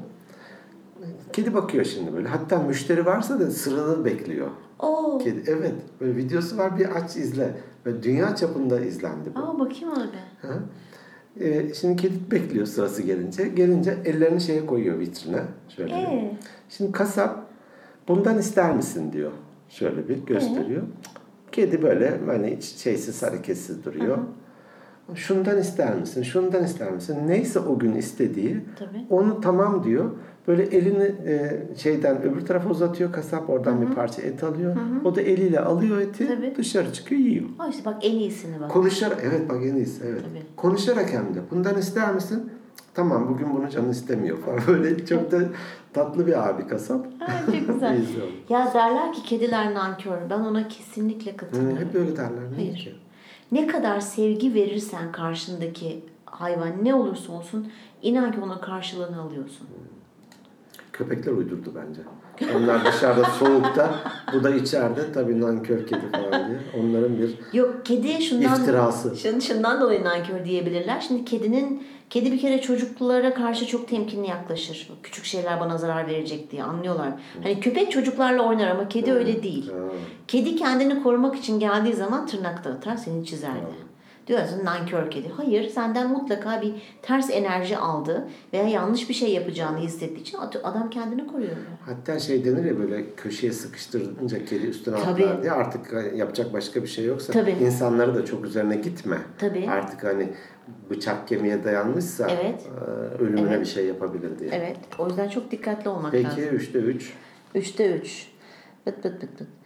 Kedi bakıyor şimdi böyle. Hatta müşteri varsa da sıranı bekliyor. Oo. Kedi. Evet. Böyle videosu var, bir aç izle. Böyle dünya çapında izlendi bu. Aa, bakayım abi. Hı. Ee, şimdi kedi bekliyor sırası gelince. Gelince ellerini şeye koyuyor, vitrine. Şöyle. Ee? Şimdi kasap bundan ister misin diyor. Şöyle bir gösteriyor. Ee? Kedi böyle hani şeysiz, hareketsiz duruyor. Hı-hı. Şundan ister misin? Şundan ister misin? Neyse o gün istediği. Tabii. Onu tamam diyor. Böyle elini e, şeyden öbür tarafa uzatıyor. Kasap oradan Hı-hı. bir parça et alıyor. Hı-hı. O da eliyle alıyor eti. Tabii. Dışarı çıkıyor, yiyor. Aa, işte bak en iyisini bak. Konuşarak, evet bak en iyisi. Evet. Tabii. Konuşarak hem de. Bundan ister misin? Tamam, bugün bunu canın istemiyor falan. Böyle çok da tatlı bir abi kasap. Ha, çok güzel. Ya derler ki kediler nankör. Ben ona kesinlikle katılıyorum. Hmm, hep öyle derler. Hayır. Ki? Ne kadar sevgi verirsen karşındaki hayvan ne olursa olsun inan ki onun karşılığını alıyorsun. Köpekler uydurdu bence. Onlar dışarıda soğukta, bu da içeride tabii nankör kedi falan diye. Onların bir Yok, kediye şundan, iftirası. Şundan, şundan dolayı nankör diyebilirler. Şimdi kedinin kedi bir kere çocuklara karşı çok temkinli yaklaşır. Küçük şeyler bana zarar verecek diye anlıyorlar. Hani köpek çocuklarla oynar ama kedi hmm. öyle değil. Hmm. Kedi kendini korumak için geldiği zaman tırnakta atar, seni çizer de. Hmm. Diyorsun nankör kedi. Hayır, senden mutlaka bir ters enerji aldı veya yanlış bir şey yapacağını hissettiği için adam kendini koruyor. Hatta şey denir ya, böyle köşeye sıkıştırınca kedi üstüne atlar diye, artık yapacak başka bir şey yoksa Tabii. insanları da çok üzerine gitme. Tabii. Artık hani bıçak kemiğe dayanmışsa evet. ölümüne evet. bir şey yapabilir diye. Evet. O yüzden çok dikkatli olmak Peki, lazım. Peki üçte üç. Üçte üç. Bıt bıt bıt bıt.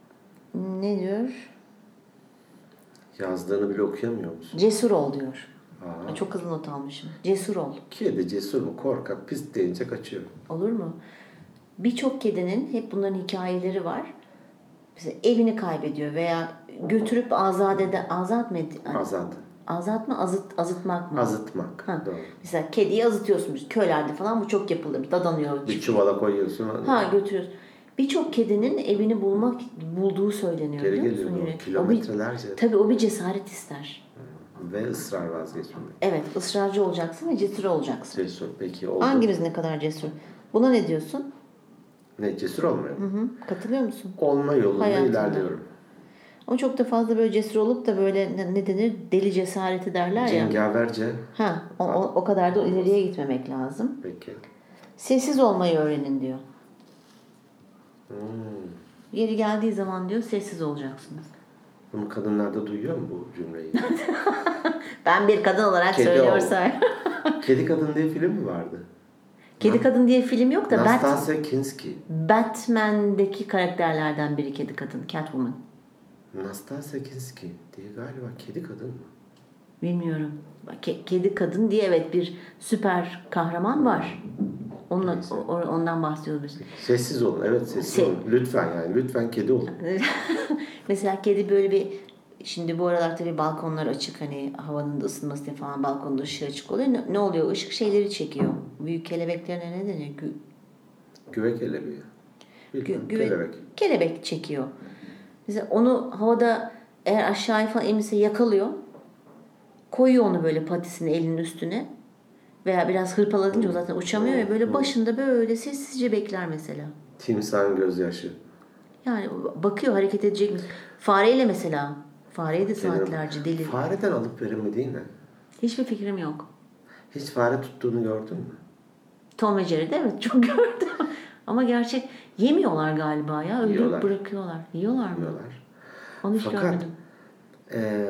Ne diyor? Yazdığını bile okuyamıyor musun? Cesur ol diyor. Aa. Çok hızlı not almışım. Cesur ol. Kedi cesur mu? Korkak, pis deyince kaçıyor. Olur mu? Birçok kedinin hep bunların hikayeleri var. Mesela evini kaybediyor veya götürüp azadede azat mı? Azat. Azat mı? Azıt, azıtmak mı? Azıtmak. Ha. Doğru. Mesela kediyi azıtıyorsun. Köylerde falan bu çok yapılır. Dadanıyor. Bir çuvala koyuyorsun. Ha, götürüyorsun. Birçok kedinin evini bulmak bulduğu söyleniyor. Geri geliyor. Kilometrelerce. Tabii o bir cesaret ister. Ve ısrar, vazgeçmemek. Evet, ısrarcı olacaksın ve cesur olacaksın. Cesur, peki oldu. Hangimiz ne kadar cesur? Buna ne diyorsun? Ne, cesur olmuyor mu? Hı hı. Katılıyor musun? Olma yolunda Hayatında. ilerliyorum. Ama çok da fazla böyle cesur olup da böyle ne, ne denir? Deli cesareti derler ya. Cengaverce. Ha, o, o, o kadar da ileriye gitmemek lazım. Peki. Sessiz olmayı öğrenin diyor. Hmm. Yeri geldiği zaman diyor sessiz olacaksınız. Bunu kadınlar da duyuyor mu bu cümleyi? Ben bir kadın olarak Kedi söylüyorsam. Kedi Kadın diye film mi vardı? Kedi Na- Kadın diye film yok da Nastasia Kinski. Batman'deki karakterlerden biri Kedi Kadın, Catwoman. Nastasia Kinski diye galiba kedi kadın mı? Bilmiyorum. Ke- kedi kadın diye evet bir süper kahraman var. Onunla, ondan bahsediyoruz biz. Sessiz olun. Evet sessiz Se- olun. Lütfen yani. Lütfen kedi olun. Mesela kedi böyle bir şimdi bu aralar tabii balkonlar açık hani havanın da ısınması diye falan balkonda ışığı açık oluyor. Ne, ne oluyor? Işık şeyleri çekiyor. Büyük kelebeklerine ne deniyor? Gü- Güve kelebeği. Gü- güve- kelebek. Kelebek çekiyor. Mesela onu havada eğer aşağıya falan emirse yakalıyor. Koyuyor onu böyle patisini elinin üstüne. Veya biraz hırpaladınca o zaten uçamıyor ya böyle başında böyle sessizce bekler mesela. Timsahın gözyaşı. Yani bakıyor hareket edecek mi? Fareyle mesela. Fareyi de saatlerce deli. Fareden alıp veremediğin ne? Hiçbir fikrim yok. Hiç fare tuttuğunu gördün mü? Tom ve Jerry'de evet çok gördüm. Ama gerçek yemiyorlar galiba ya. Öldürüp yiyorlar. Bırakıyorlar. Yiyorlar mı? Yiyorlar. Onu hiç Fakat, görmedim. E,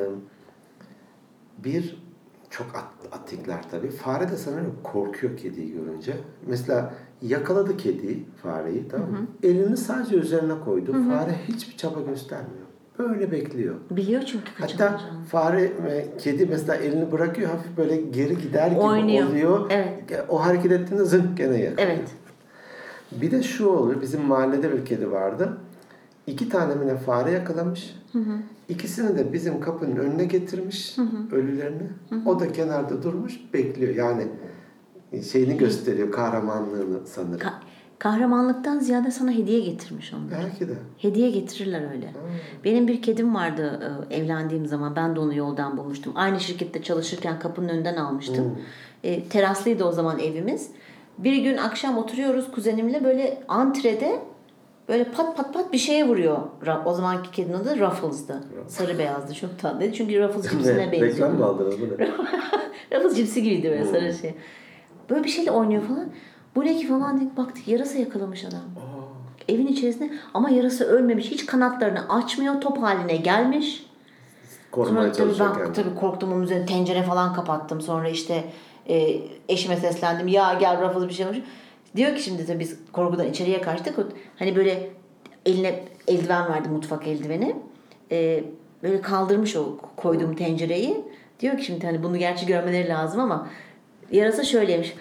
bir çok at, atikler tabii. Fare de sanırım korkuyor kediyi görünce. Mesela yakaladı kediyi, fareyi tamam mı? Elini sadece üzerine koydu. Hı hı. Fare hiçbir çaba göstermiyor. Böyle bekliyor. Biliyor çünkü kaçamayacağını. Hatta fare ve kedi mesela elini bırakıyor hafif böyle geri gider gibi oynuyor. Oluyor. Evet. O hareket ettiğinde zınk gene yakalıyor. Evet. Bir de şu oluyor. Bizim mahallede bir kedi vardı. İki tane mi ne fare yakalamış. Hı hı. İkisini de bizim kapının önüne getirmiş. Hı hı. Ölülerini. Hı hı. O da kenarda durmuş bekliyor. Yani şeyini gösteriyor. Kahramanlığını sanırım. Ka- kahramanlıktan ziyade sana hediye getirmiş onlar. Belki de. Hediye getirirler öyle. Hmm. Benim bir kedim vardı evlendiğim zaman. Ben de onu yoldan bulmuştum. Aynı şirkette çalışırken kapının önünden almıştım. Hmm. E, teraslıydı o zaman evimiz. Bir gün akşam oturuyoruz kuzenimle böyle antrede böyle pat pat pat bir şeye vuruyor. O zamanki kedinin adı Ruffles'dı. Sarı beyazdı. Çok tatlıydı. Çünkü Ruffles cipsine benziyor. Reklam mı aldınız bu ne? Ruffles cipsi gibiydi böyle hmm. sarı şey. Böyle bir şeyle oynuyor falan. Bu ne ki falan diye baktık. Yarasa yakalamış adam. Aa. Evin içerisinde ama yarasa ölmemiş. Hiç kanatlarını açmıyor. Top haline gelmiş. Korumaya çalışıyor kendini. Tabii korktum onun üzerine tencere falan kapattım. Sonra işte e, eşime seslendim. Ya gel Ruffles bir şey olmuş. Diyor ki şimdi tabii biz korkudan içeriye kaçtık. Hani böyle eline eldiven verdi mutfak eldiveni. Ee, böyle kaldırmış o koyduğum tencereyi. Diyor ki şimdi hani bunu gerçi görmeleri lazım ama yarasa şöyleymiş.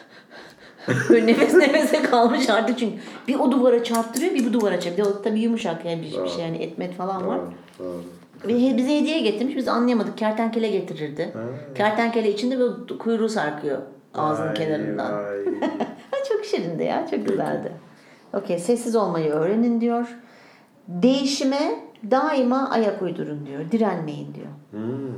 Böyle nefes nefese kalmış artık çünkü bir o duvara çarptırıyor bir bu duvara çarptırıyor. O tabii yumuşak yani bir, bir şey yani etmet falan var. Ve bize hediye getirmiş biz anlayamadık. Kertenkele getirirdi. Ha. Kertenkele içinde böyle kuyruğu sarkıyor ağzının vay, kenarından. Vay. Çok şirindi ya çok güzeldi. Okey sessiz olmayı öğrenin diyor. Değişime daima ayak uydurun diyor. Direnmeyin diyor. Hmm.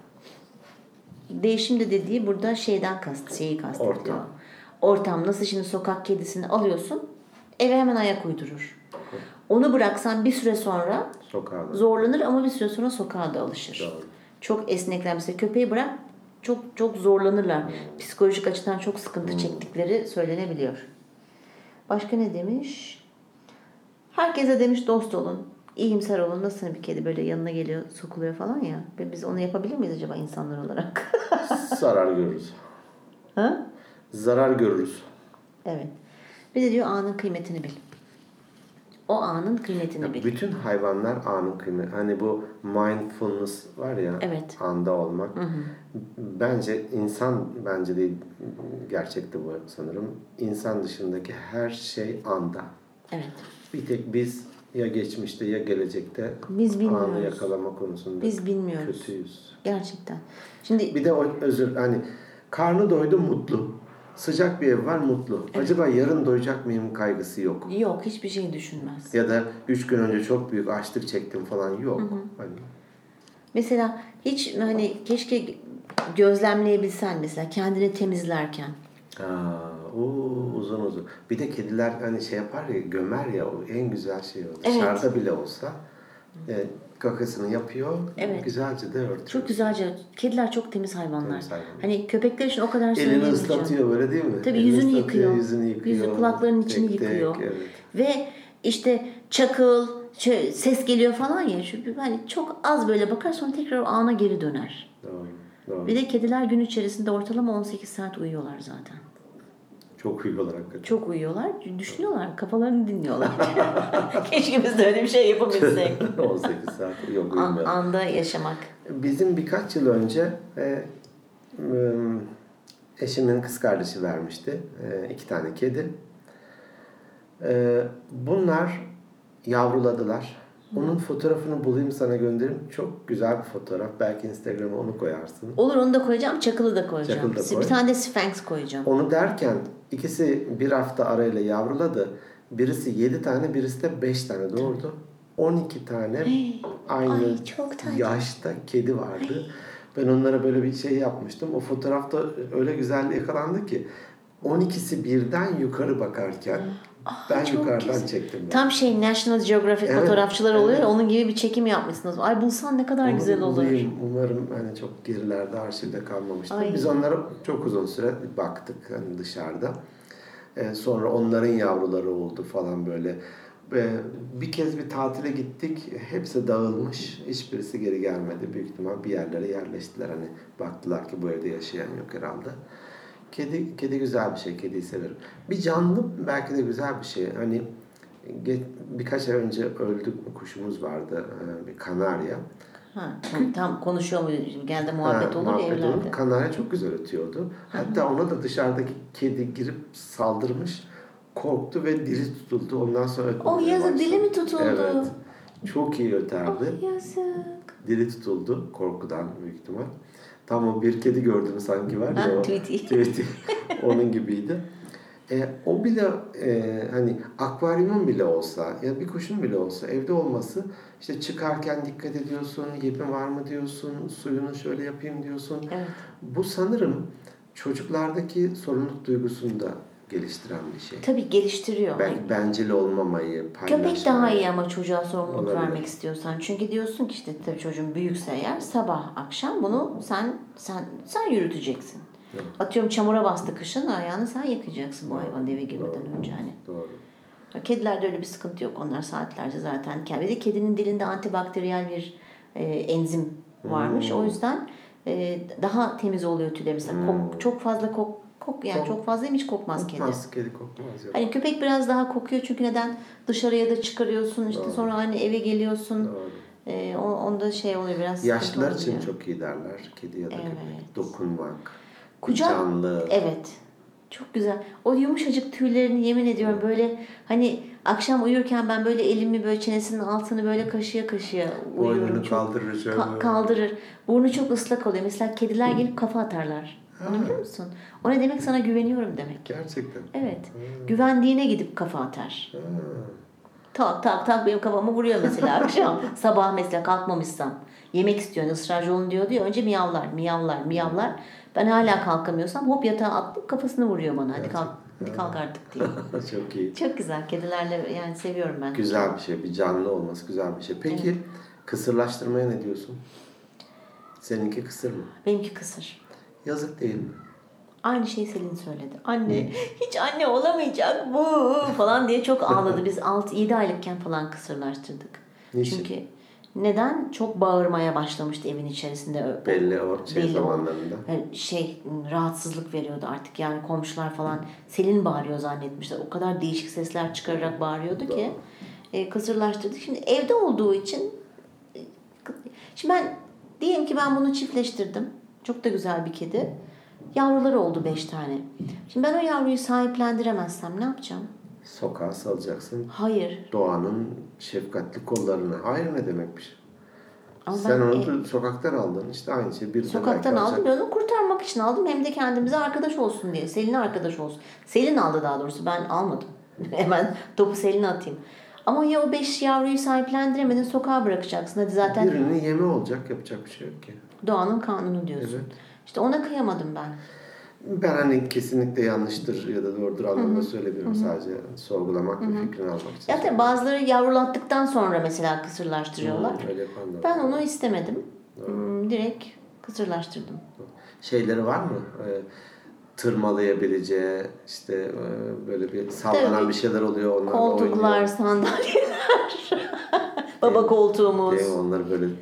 Değişim de dediği burada şeyden kast, şeyi kastediyor. Ortam. Ortam. Nasıl şimdi sokak kedisini alıyorsun eve hemen ayak uydurur. Onu bıraksan bir süre sonra sokağa zorlanır ama bir süre sonra sokağa da alışır. Doğru. Çok esnekler. Mesela köpeği bırak çok çok zorlanırlar. Hmm. Psikolojik açıdan çok sıkıntı hmm. çektikleri söylenebiliyor. Başka ne demiş? Herkese demiş dost olun. İyimser olun. Nasıl bir kedi böyle yanına geliyor, sokuluyor falan ya. Ve biz onu yapabilir miyiz acaba insanlar olarak? Zarar görürüz. Ha? Zarar görürüz. Evet. Bir de diyor anın kıymetini bil. O anın kıymetini ya bil. Bütün hayvanlar anın kıymeti. Hani bu mindfulness var ya. Evet. Anda olmak. Hı hı. Bence insan bence değil gerçekte bu sanırım. İnsan dışındaki her şey anda. Evet. Bir tek biz ya geçmişte ya gelecekte biz bilmiyoruz. Anı yakalama konusunda biz bilmiyoruz. Kötüyüz. Gerçekten. Şimdi bir de o özür hani karnı doydu mutlu. Sıcak bir ev var mutlu. Evet. Acaba yarın doyacak mıyım kaygısı yok. Yok hiçbir şey düşünmez. Ya da üç gün önce çok büyük açlık çektim falan yok. Hı hı. Hani. Mesela hiç hani keşke gözlemleyebilsen mesela kendini temizlerken. Aa, o uzun uzun. Bir de kediler hani şey yapar ya gömer ya o en güzel şey o. Dışarıda evet. bile olsa e, kakasını yapıyor. Evet. Güzelce de örtüyor. Çok güzelce. Kediler çok temiz hayvanlar. Temiz hayvanlar. Hani köpekler için o kadar söyleyemeyeceğim. Elini ıslatıyor böyle değil mi? Tabii Elini yüzünü ıslatıyor, yıkıyor. Yüzünü yıkıyor. Yüzü kulaklarının tek içini tek, yıkıyor. Evet. Ve işte çakıl, şey, ses geliyor falan ya. Çünkü hani çok az böyle bakar sonra tekrar o ana geri döner. Doğru. Doğru. Bir de kediler gün içerisinde ortalama on sekiz saat uyuyorlar zaten. Çok uyuyorlar hakikaten. Çok uyuyorlar. Düşünüyorlar. Kafalarını dinliyorlar. Keşke biz de öyle bir şey yapabilsek. on sekiz saat yok uyumuyor. An, anda yaşamak. Bizim birkaç yıl önce e, eşimin kız kardeşi vermişti. E, iki tane kedi. E, bunlar yavruladılar. Onun fotoğrafını bulayım sana göndereyim. Çok güzel bir fotoğraf. Belki Instagram'a onu koyarsın. Olur, onu da koyacağım. Çakılı da koyacağım. Çakılı da koy. Bir tane de Sphinx koyacağım. Onu derken ikisi bir hafta arayla yavruladı. Birisi yedi tane, birisi de beş tane doğurdu. on iki tane Hey, aynı ay, çok yaşta kedi vardı. Hey. Ben onlara böyle bir şey yapmıştım. O fotoğrafta öyle güzel yakalandı ki on ikisi birden yukarı bakarken ah, ben yukarıdan güzel. Çektim. Ben. Tam şey National Geographic evet, fotoğrafçılar oluyor evet. ya, onun gibi bir çekim yapmışsınız. Ay bulsan ne kadar onu güzel olur. Bulayım. Umarım hani çok gerilerde arşivde kalmamıştır. Ay. Biz onlara çok uzun süre baktık hani dışarıda. Ee, sonra onların yavruları oldu falan böyle. Ee, bir kez bir tatile gittik. Hepsi dağılmış. Hiçbirisi geri gelmedi. Büyük ihtimal bir yerlere yerleştiler. Hani baktılar ki bu evde yaşayan yok herhalde. Kedi, kedi güzel bir şey. Kediyi severim. Bir canlı belki de güzel bir şey. Hani birkaç ay önce öldü kuşumuz vardı. Bir kanarya. Ha, tam konuşuyor mu? Geldi muhabbet ha, olur muhabbet ya evlerde. Olur. Kanarya çok güzel ötüyordu. Hatta ona da dışarıdaki kedi girip saldırmış. Korktu ve dili tutuldu. Ondan sonra ötmeye başladı. O yazık, dili mi tutuldu? Evet. Çok iyi öterdi. Oh yazık. Dili tutuldu korkudan büyük ihtimal. Tam o bir kedi gördüğünü sanki var ya. Tweety. Tweety. Onun gibiydi. E, o bile e, hani akvaryumun bile olsa ya bir kuşun bile olsa evde olması, işte çıkarken dikkat ediyorsun, yemi var mı diyorsun, suyunu şöyle yapayım diyorsun. Evet. Bu sanırım çocuklardaki sorumluluk duygusunu da geliştiren bir şey. Tabii geliştiriyor. Belki bencil olmamayı, paylaşmayı. Köpek daha iyi ama çocuğa sorumluluk olabilir. Vermek istiyorsan. Çünkü diyorsun ki işte tabii çocuğun büyükse eğer sabah akşam bunu sen sen sen yürüteceksin. Evet. Atıyorum çamura bastı kışın, ayağını sen yıkayacaksın bu hayvan eve girmeden önce hani. Doğru. Kedilerde öyle bir sıkıntı yok. Onlar saatlerce zaten. Bir de kedinin dilinde antibakteriyel bir e, enzim varmış. Hmm. O yüzden e, daha temiz oluyor tüyleri. Mesela hmm. kok, çok fazla kok Kok yani çok, çok fazla hiç kokmaz, kokmaz kedi. Kokmaz kedi kokmaz. Yok. Hani köpek biraz daha kokuyor çünkü neden? Dışarıya da çıkarıyorsun işte. Doğru. Sonra hani eve geliyorsun. Doğru. Ee, onda şey oluyor biraz. Yaşlılar için oluyor. Çok iyi derler. Kedi ya da evet. Köpek. Dokunmak. Kucak. Canlı. Evet. Çok güzel. O yumuşacık tüylerini yemin ediyorum böyle hani akşam uyurken ben böyle elimi böyle çenesinin altını böyle kaşıya kaşıya uyuyorum. Boynunu kaldırır şöyle. Ka- kaldırır. Burnu çok ıslak oluyor. Mesela kediler gelip kafa atarlar. Onu biliyor musun? O ne demek? Sana güveniyorum demek. Gerçekten. Evet. Ha. Güvendiğine gidip kafa atar. Ha. Tak tak tak benim kafamı vuruyor mesela akşam. Sabah mesela kalkmamışsam. Yemek istiyorsun, ısrarcı olun diyor diyor. Önce miyavlar, miyavlar, miyavlar. Ben hala kalkamıyorsam hop yatağa atlayıp kafasını vuruyor bana. Hadi kalk, hadi kalk artık diye. Çok iyi. Çok güzel. Kedilerle yani seviyorum ben. Güzel bir şey. Bir canlı olması güzel bir şey. Peki evet. Kısırlaştırmaya ne diyorsun? Seninki kısır mı? Benimki kısır. Yazık değil mi? Aynı şeyi Selin söyledi. Anne hiç anne olamayacak bu falan diye çok ağladı. Biz altı yedi aylıkken falan kısırlaştırdık. Niçin? Çünkü neden? Çok bağırmaya başlamıştı evin içerisinde. Belli o şey belli zamanlarında. O, şey rahatsızlık veriyordu artık yani komşular falan. Selin bağırıyor zannetmişler. O kadar değişik sesler çıkararak bağırıyordu ki e, kısırlaştırdık. Şimdi evde olduğu için şimdi ben diyelim ki ben bunu çiftleştirdim. Çok da güzel bir kedi. Yavruları oldu beş tane. Şimdi ben o yavruyu sahiplendiremezsem ne yapacağım? Sokağa salacaksın. Hayır. Doğanın şefkatli kollarına. Hayır ne demekmiş? Ama sen onu e, sokaktan aldın. İşte aynı şey. Bir sokaktan aldım. Ben onu kurtarmak için aldım. Hem de kendimize arkadaş olsun diye. Selin'e arkadaş olsun. Selin aldı daha doğrusu. Ben almadım. Hemen topu Selin'e atayım. Ama ya o beş yavruyu sahiplendiremedin, sokağa bırakacaksın. Hadi zaten. Birinin yemi olacak. Yapacak bir şey yok ki. Doğanın kanunu diyorsun. Evet. İşte ona kıyamadım ben. Ben hani kesinlikle yanlıştır ya da doğrudur anlamda söylemiyorum. Hı-hı. Sadece sorgulamak ve fikrini almak için. Ya tabii bazıları yavrulattıktan sonra mesela kısırlaştırıyorlar. Hı, öyle ben onu istemedim. Hmm, direkt kısırlaştırdım. Şeyleri var mı? Ee, tırmalayabileceği işte e, böyle bir sallanan tabii. Bir şeyler oluyor. Onlar koltuklar, sandalyeler. Baba koltuğumuz. Değil, onları böyle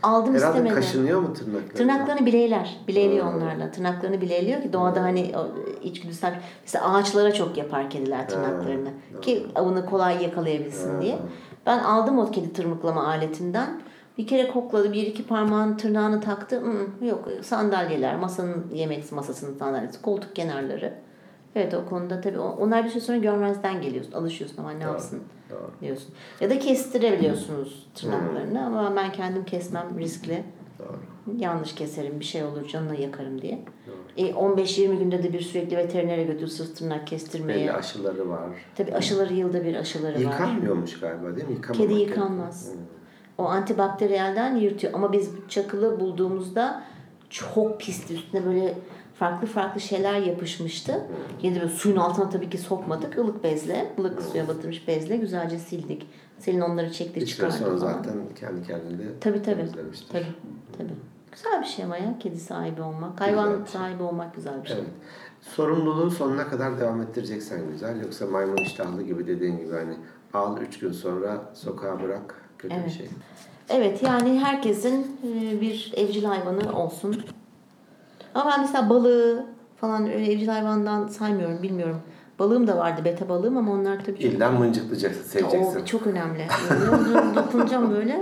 aldım Herhalde istemedi. Herhalde kaşınıyor mu tırnakları? Tırnaklarını bileyler. Bileyliyor hmm. onlarla. Tırnaklarını bileyliyor ki doğada hmm. hani içgüdüsel. Mesela ağaçlara çok yapar kediler tırnaklarını. Hmm. Ki avını kolay yakalayabilsin hmm. diye. Ben aldım o kedi tırmıklama aletinden. Bir kere kokladı. Bir iki parmağın tırnağını taktı. Hmm, yok sandalyeler, masanın yemek masasının sandalyesi, koltuk kenarları. Evet o konuda tabii onlar bir süre sonra görmezden geliyorsun. Alışıyorsun ama ne doğru, yapsın doğru. diyorsun. Ya da kestirebiliyorsunuz tırnaklarını hmm. ama ben kendim kesmem riskli. Doğru. Yanlış keserim bir şey olur canına yakarım diye. E, on beş yirmi günde de bir sürekli veterinere götür sırt tırnak kestirmeye. Belli aşıları var. Tabii aşıları yılda bir aşıları Yıkanmıyormuş var. Yıkanmıyormuş galiba değil mi? Yıkamamak Kedi yıkanmaz. Hmm. O antibakteriyelden yırtıyor. Ama biz çakılı bulduğumuzda çok pisti. Üstüne böyle farklı farklı şeyler yapışmıştı. Hmm. Yine böyle suyun altına tabii ki sokmadık. Ilık bezle, ılık hmm. suya batırmış bezle güzelce sildik. Selin onları çekti çıkardı. Bir süre sonra zaten kendi kendine tabii, tabii. Tabii, tabii. Güzel bir şey ama ya kedi sahibi olmak. Hayvan güzel sahibi şey. olmak güzel bir şey. Evet. Sorumluluğu sonuna kadar devam ettireceksen güzel. Yoksa maymun iştahlı gibi dediğin gibi hani al üç gün sonra sokağa bırak kötü evet. bir şey. Evet yani herkesin bir evcil hayvanı olsun. Ama ben mesela balığı falan öyle evcil hayvandan saymıyorum bilmiyorum. Balığım da vardı beta balığım ama onlar tabii çok... İlla mıncıklayacaksın, seveceksin. O çok önemli. Dokunacağım böyle.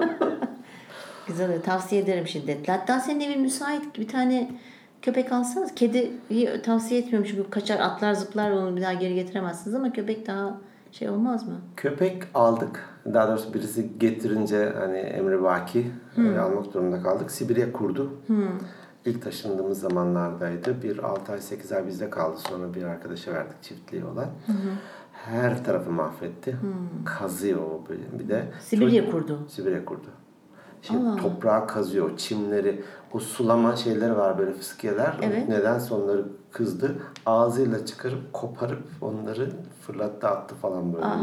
Güzel, tavsiye ederim şiddetle. Hatta senin evin müsait bir tane köpek alsanız. Kediyi tavsiye etmiyorum çünkü kaçar atlar zıplar onu bir daha geri getiremezsiniz ama köpek daha şey olmaz mı? Köpek aldık. Daha doğrusu birisi getirince hani emrivaki hmm. almak durumunda kaldık. Sibirya kurdu. Hmm. İlk taşındığımız zamanlardaydı. Bir altı ay sekiz ay bizde kaldı. Sonra bir arkadaşa verdik çiftliği olan. Hı hı. Her tarafı mahvetti. Hı. Kazıyor o bir de. Sibirya çok, kurdu. Sibirya kurdu. Şimdi Allah. Toprağı kazıyor, çimleri, o sulama şeyleri var böyle fıskiyeler. Evet. Nedense onları kızdı. Ağzıyla çıkarıp koparıp onları fırlattı attı falan böyle.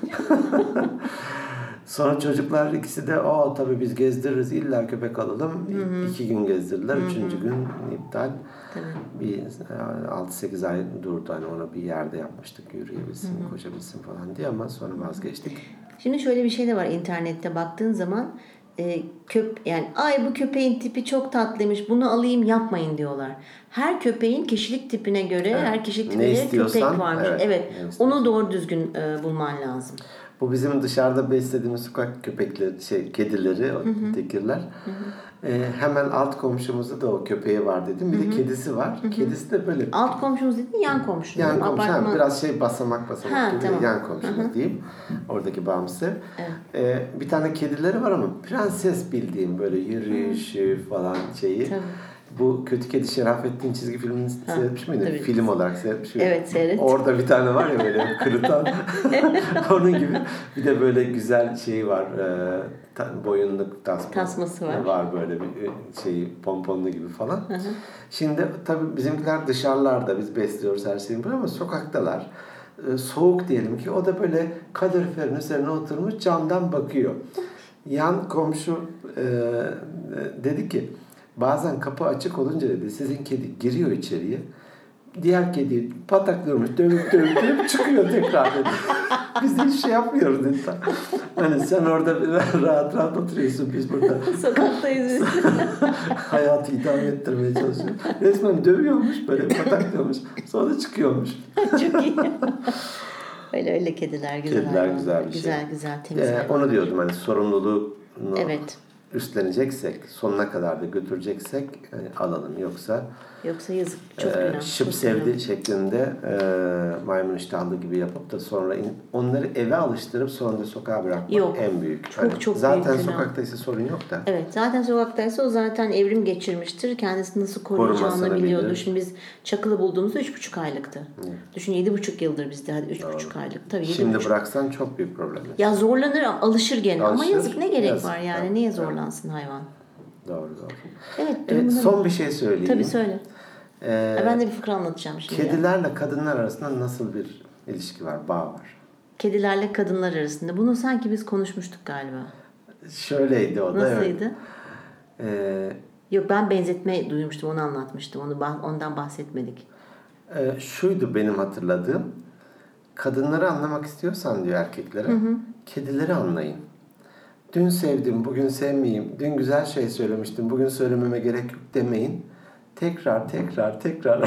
Sonra çocuklar ikisi de o tabii biz gezdiririz illa köpek alalım. Hı-hı. İki gün gezdirdiler. Hı-hı. Üçüncü gün iptal. Tabii. Bir altı sekiz ay durdu hani onu bir yerde yapmıştık yürüyebilsin, Hı-hı. koşabilsin falan diye ama sonra vazgeçtik. Şimdi şöyle bir şey de var internette baktığın zaman e, köp yani ay bu köpeğin tipi çok tatlıymış bunu alayım yapmayın diyorlar. Her köpeğin kişilik tipine göre evet. her kişilik tipine göre köpek varmış. Evet. evet. Onu doğru düzgün e, bulman lazım. Bu bizim dışarıda beslediğimiz sokak köpekleri, şey kedileri, o tekirler. Ee, hemen alt komşumuzda da o köpeği var dedim. Bir hı hı. de kedisi var. Hı hı. Kedisi de böyle. Alt komşumuz dedin yan komşu. Yan komşu. Apartman... Biraz şey basamak basamak ha, gibi tamam. yan komşumuz hı hı. diyeyim. Oradaki bağımsız. Evet. Ee, bir tane kedileri var ama prenses bildiğim böyle yürüyüşü hı. falan şeyi. Tabii. Bu Kötü Kedi Şerafettin çizgi filmini ha, seyretmiş miydin? Tabii. Film olarak seyretmiş miydin? Evet seyrettim. Orada bir tane var ya böyle kırıtan. Onun gibi. Bir de böyle güzel şey var. E, ta, boyunluk tasma, tasması var. Var böyle bir şey pomponlu gibi falan. Hı hı. Şimdi tabii bizimkiler dışarılarda biz besliyoruz her şeyi ama sokaktalar. E, soğuk diyelim ki o da böyle kaloriferin üzerine oturmuş camdan bakıyor. Yan komşu e, dedi ki bazen kapı açık olunca dedi sizin kedi giriyor içeriye. Diğer kediyi pataklıyormuş, dövüp dövüp dövüp çıkıyor tekrar dedi. Biz de hiç şey yapmıyoruz dedi. Hani sen orada rahat rahat oturuyorsun biz burada. Sokaktayız biz. Hayatı idame ettirmeye çalışıyoruz. Resmen dövüyormuş böyle pataklıyormuş. Sonra çıkıyormuş. Çok iyi. Öyle öyle kediler güzel. Kediler güzel bir şey. Güzel güzel temiz. Ee, onu diyordum hani sorumluluğunu evet. üstleneceksek, sonuna kadar da götüreceksek yani alalım yoksa yoksa yazık çok e, günah. Şıp çok sevdi günah. şeklinde e, maymun iştahlı gibi yapıp da sonra in, onları eve alıştırıp sonra da sokağa bırakmak yok. en büyük. Çok hani çok zaten büyük sokaktaysa sorun yok da. Evet, zaten sokaktaysa o zaten evrim geçirmiştir. Kendisini nasıl koruyacağını biliyordu. Bilir. Şimdi biz Çakılı bulduğumuzda üç buçuk aylıktı. Hı. Düşün yedi buçuk yıldır bizde. Hadi üç buçuk aylık. Tabii şimdi buçuk. Bıraksan çok büyük problem. Ya zorlanır, alışır gene. Alışır, ama yazık ne gerek yazık. var yani? Evet. Niye zorlansın evet. hayvan? Doğru doğru. Evet, evet son bir şey söyleyeyim. Tabii söyle. Ee, ben de bir fıkra anlatacağım şimdi. Kedilerle ya. kadınlar arasında nasıl bir ilişki var, bağ var? Kedilerle kadınlar arasında. Bunu sanki biz konuşmuştuk galiba. Şöyleydi o da. Nasılydı? Evet. Ee, Yok ben benzetme duymuştum, onu anlatmıştım. Onu ondan bahsetmedik. E, şuydu benim hatırladığım. Kadınları anlamak istiyorsan diyor erkeklere, hı hı. kedileri anlayın. dün sevdim, bugün sevmeyeyim, dün güzel şey söylemiştim, bugün söylememe gerek yok demeyin. Tekrar, tekrar, tekrar.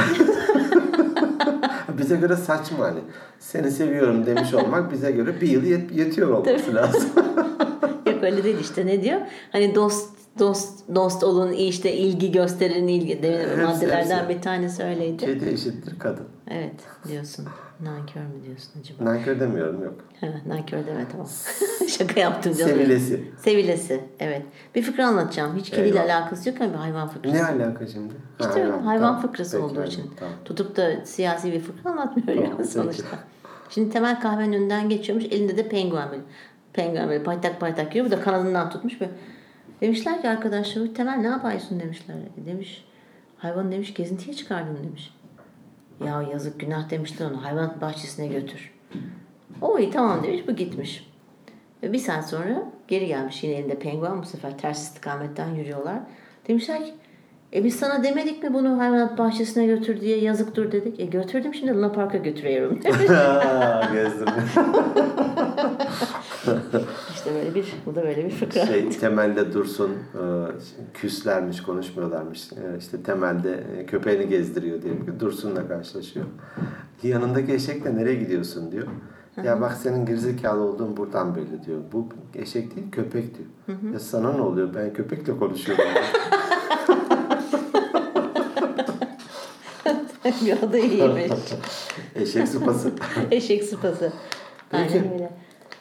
Bize göre saçma hani. Seni seviyorum demiş olmak bize göre bir yıl yet- yetiyor olması lazım. Yok öyle değil işte, ne diyor? Hani dost dost dost olun, işte ilgi gösterin, ilgi de maddelerden hepsi. Bir tanesi öyleydi. Kedi eşittir kadın. Evet diyorsun. Nankör mü diyorsun acaba? Nankör demiyorum, yok. Ha, nankör deme, tamam. Şaka yaptım canım. Sevilesi. Sevilesi, evet. Bir fıkra anlatacağım. Hiç kediyle Eyvallah. Alakası yok ama bir hayvan fıkrası. Ne alaka şimdi? İşte ha, hayvan, hayvan tamam. fıkrası Peki, olduğu hayvan. için. Tamam. Tutup da siyasi bir fıkra anlatmıyor tamam, ya sonuçta. Şimdi Temel kahvenin önünden geçiyormuş. Elinde de penguen böyle. Penguen böyle paytak paytak yiyor. Bu da kanadından tutmuş böyle. Demişler ki arkadaşlar, Temel ne yapıyorsun demişler. Demiş, hayvan demiş gezintiye çıkardım demiş. Ya yazık günah demişler onu, hayvanat bahçesine götür. O iyi tamam demiş, bu gitmiş. Ve bir saat sonra geri gelmiş yine elinde penguen, bu sefer ters istikametten yürüyorlar. Demişler ki e biz sana demedik mi bunu hayvanat bahçesine götür diye, yazıktır dedik. E götürdüm, şimdi Luna Park'a götürüyorum. Gezdim. İşte böyle bir, bu da böyle bir fıkra. Şey, Temel'de Dursun küslermiş, konuşmuyorlarmış. İşte Temel'de köpeğini gezdiriyor diyelim ki, Dursun'la karşılaşıyor. Yanındaki eşekle nereye gidiyorsun diyor. Ya bak senin gerizekalı olduğun buradan belli diyor. Bu eşek değil, köpek diyor. Hı hı. Ya sana ne oluyor? Ben köpekle konuşuyorum. O da iyiymiş. Eşek sıpası. Eşek sıpası. Peki. Aynen öyle.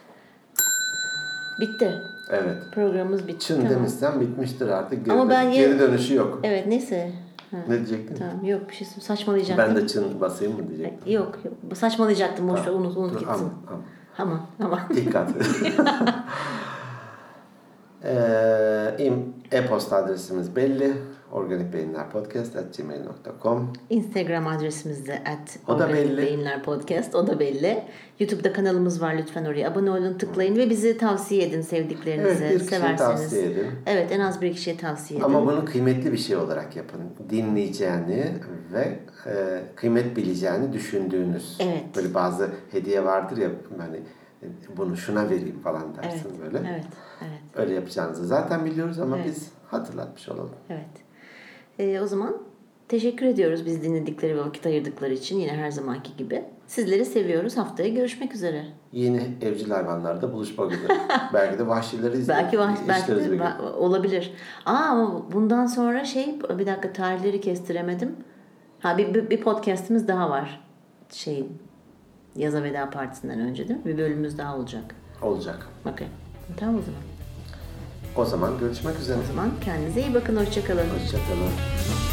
Bitti. Evet. Programımız bitti. Çın tamam. Demişsen bitmiştir artık. Geri, Ama ben geri ye... dönüşü yok. Evet neyse. Ha. Ne diyecektin? Tamam, yok bir şey saçmalayacaktım. Ben de çın basayım mı diyecektim? Yok yok. Saçmalayacaktım. Boş ver, tamam. unut, unut Dur, gitsin. Ama, ama. ama. Dikkat. ee, e-posta adresimiz belli. organikbeyinlerpodcast at gmail nokta com. Instagram adresimiz de at organikbeyinlerpodcast. O da belli. YouTube'da kanalımız var. Lütfen oraya abone olun, tıklayın ve bizi tavsiye edin sevdiklerinize. Evet, bir kişiye severseniz. tavsiye edin. Evet, en az bir kişiye tavsiye edin. Ama bunu kıymetli bir şey olarak yapın. Dinleyeceğini ve e, kıymet bileceğini düşündüğünüz. Evet. Böyle bazı hediye vardır ya, hani bunu şuna vereyim falan dersin evet, böyle. Evet, evet. Öyle yapacağınızı zaten biliyoruz ama evet. biz hatırlatmış olalım. Evet. Ee, o zaman teşekkür ediyoruz biz dinledikleri ve vakit ayırdıkları için, yine her zamanki gibi. Sizleri seviyoruz. Haftaya görüşmek üzere. Yine evcil hayvanlarda buluşmak üzere. Belki de vahşileri izleriz. Belki vahşi, belki de va- olabilir. Aa, ama bundan sonra şey, bir dakika tarihleri kestiremedim. Ha bir, bir, bir podcast'imiz daha var. Şey, Yaza Veda Partisi'nden önce değil mi? Bir bölümümüz daha olacak. Olacak. Okay. Tamam o zaman. O zaman görüşmek üzere. O zaman kendinize iyi bakın. Hoşça kalın. Hoşça kalın.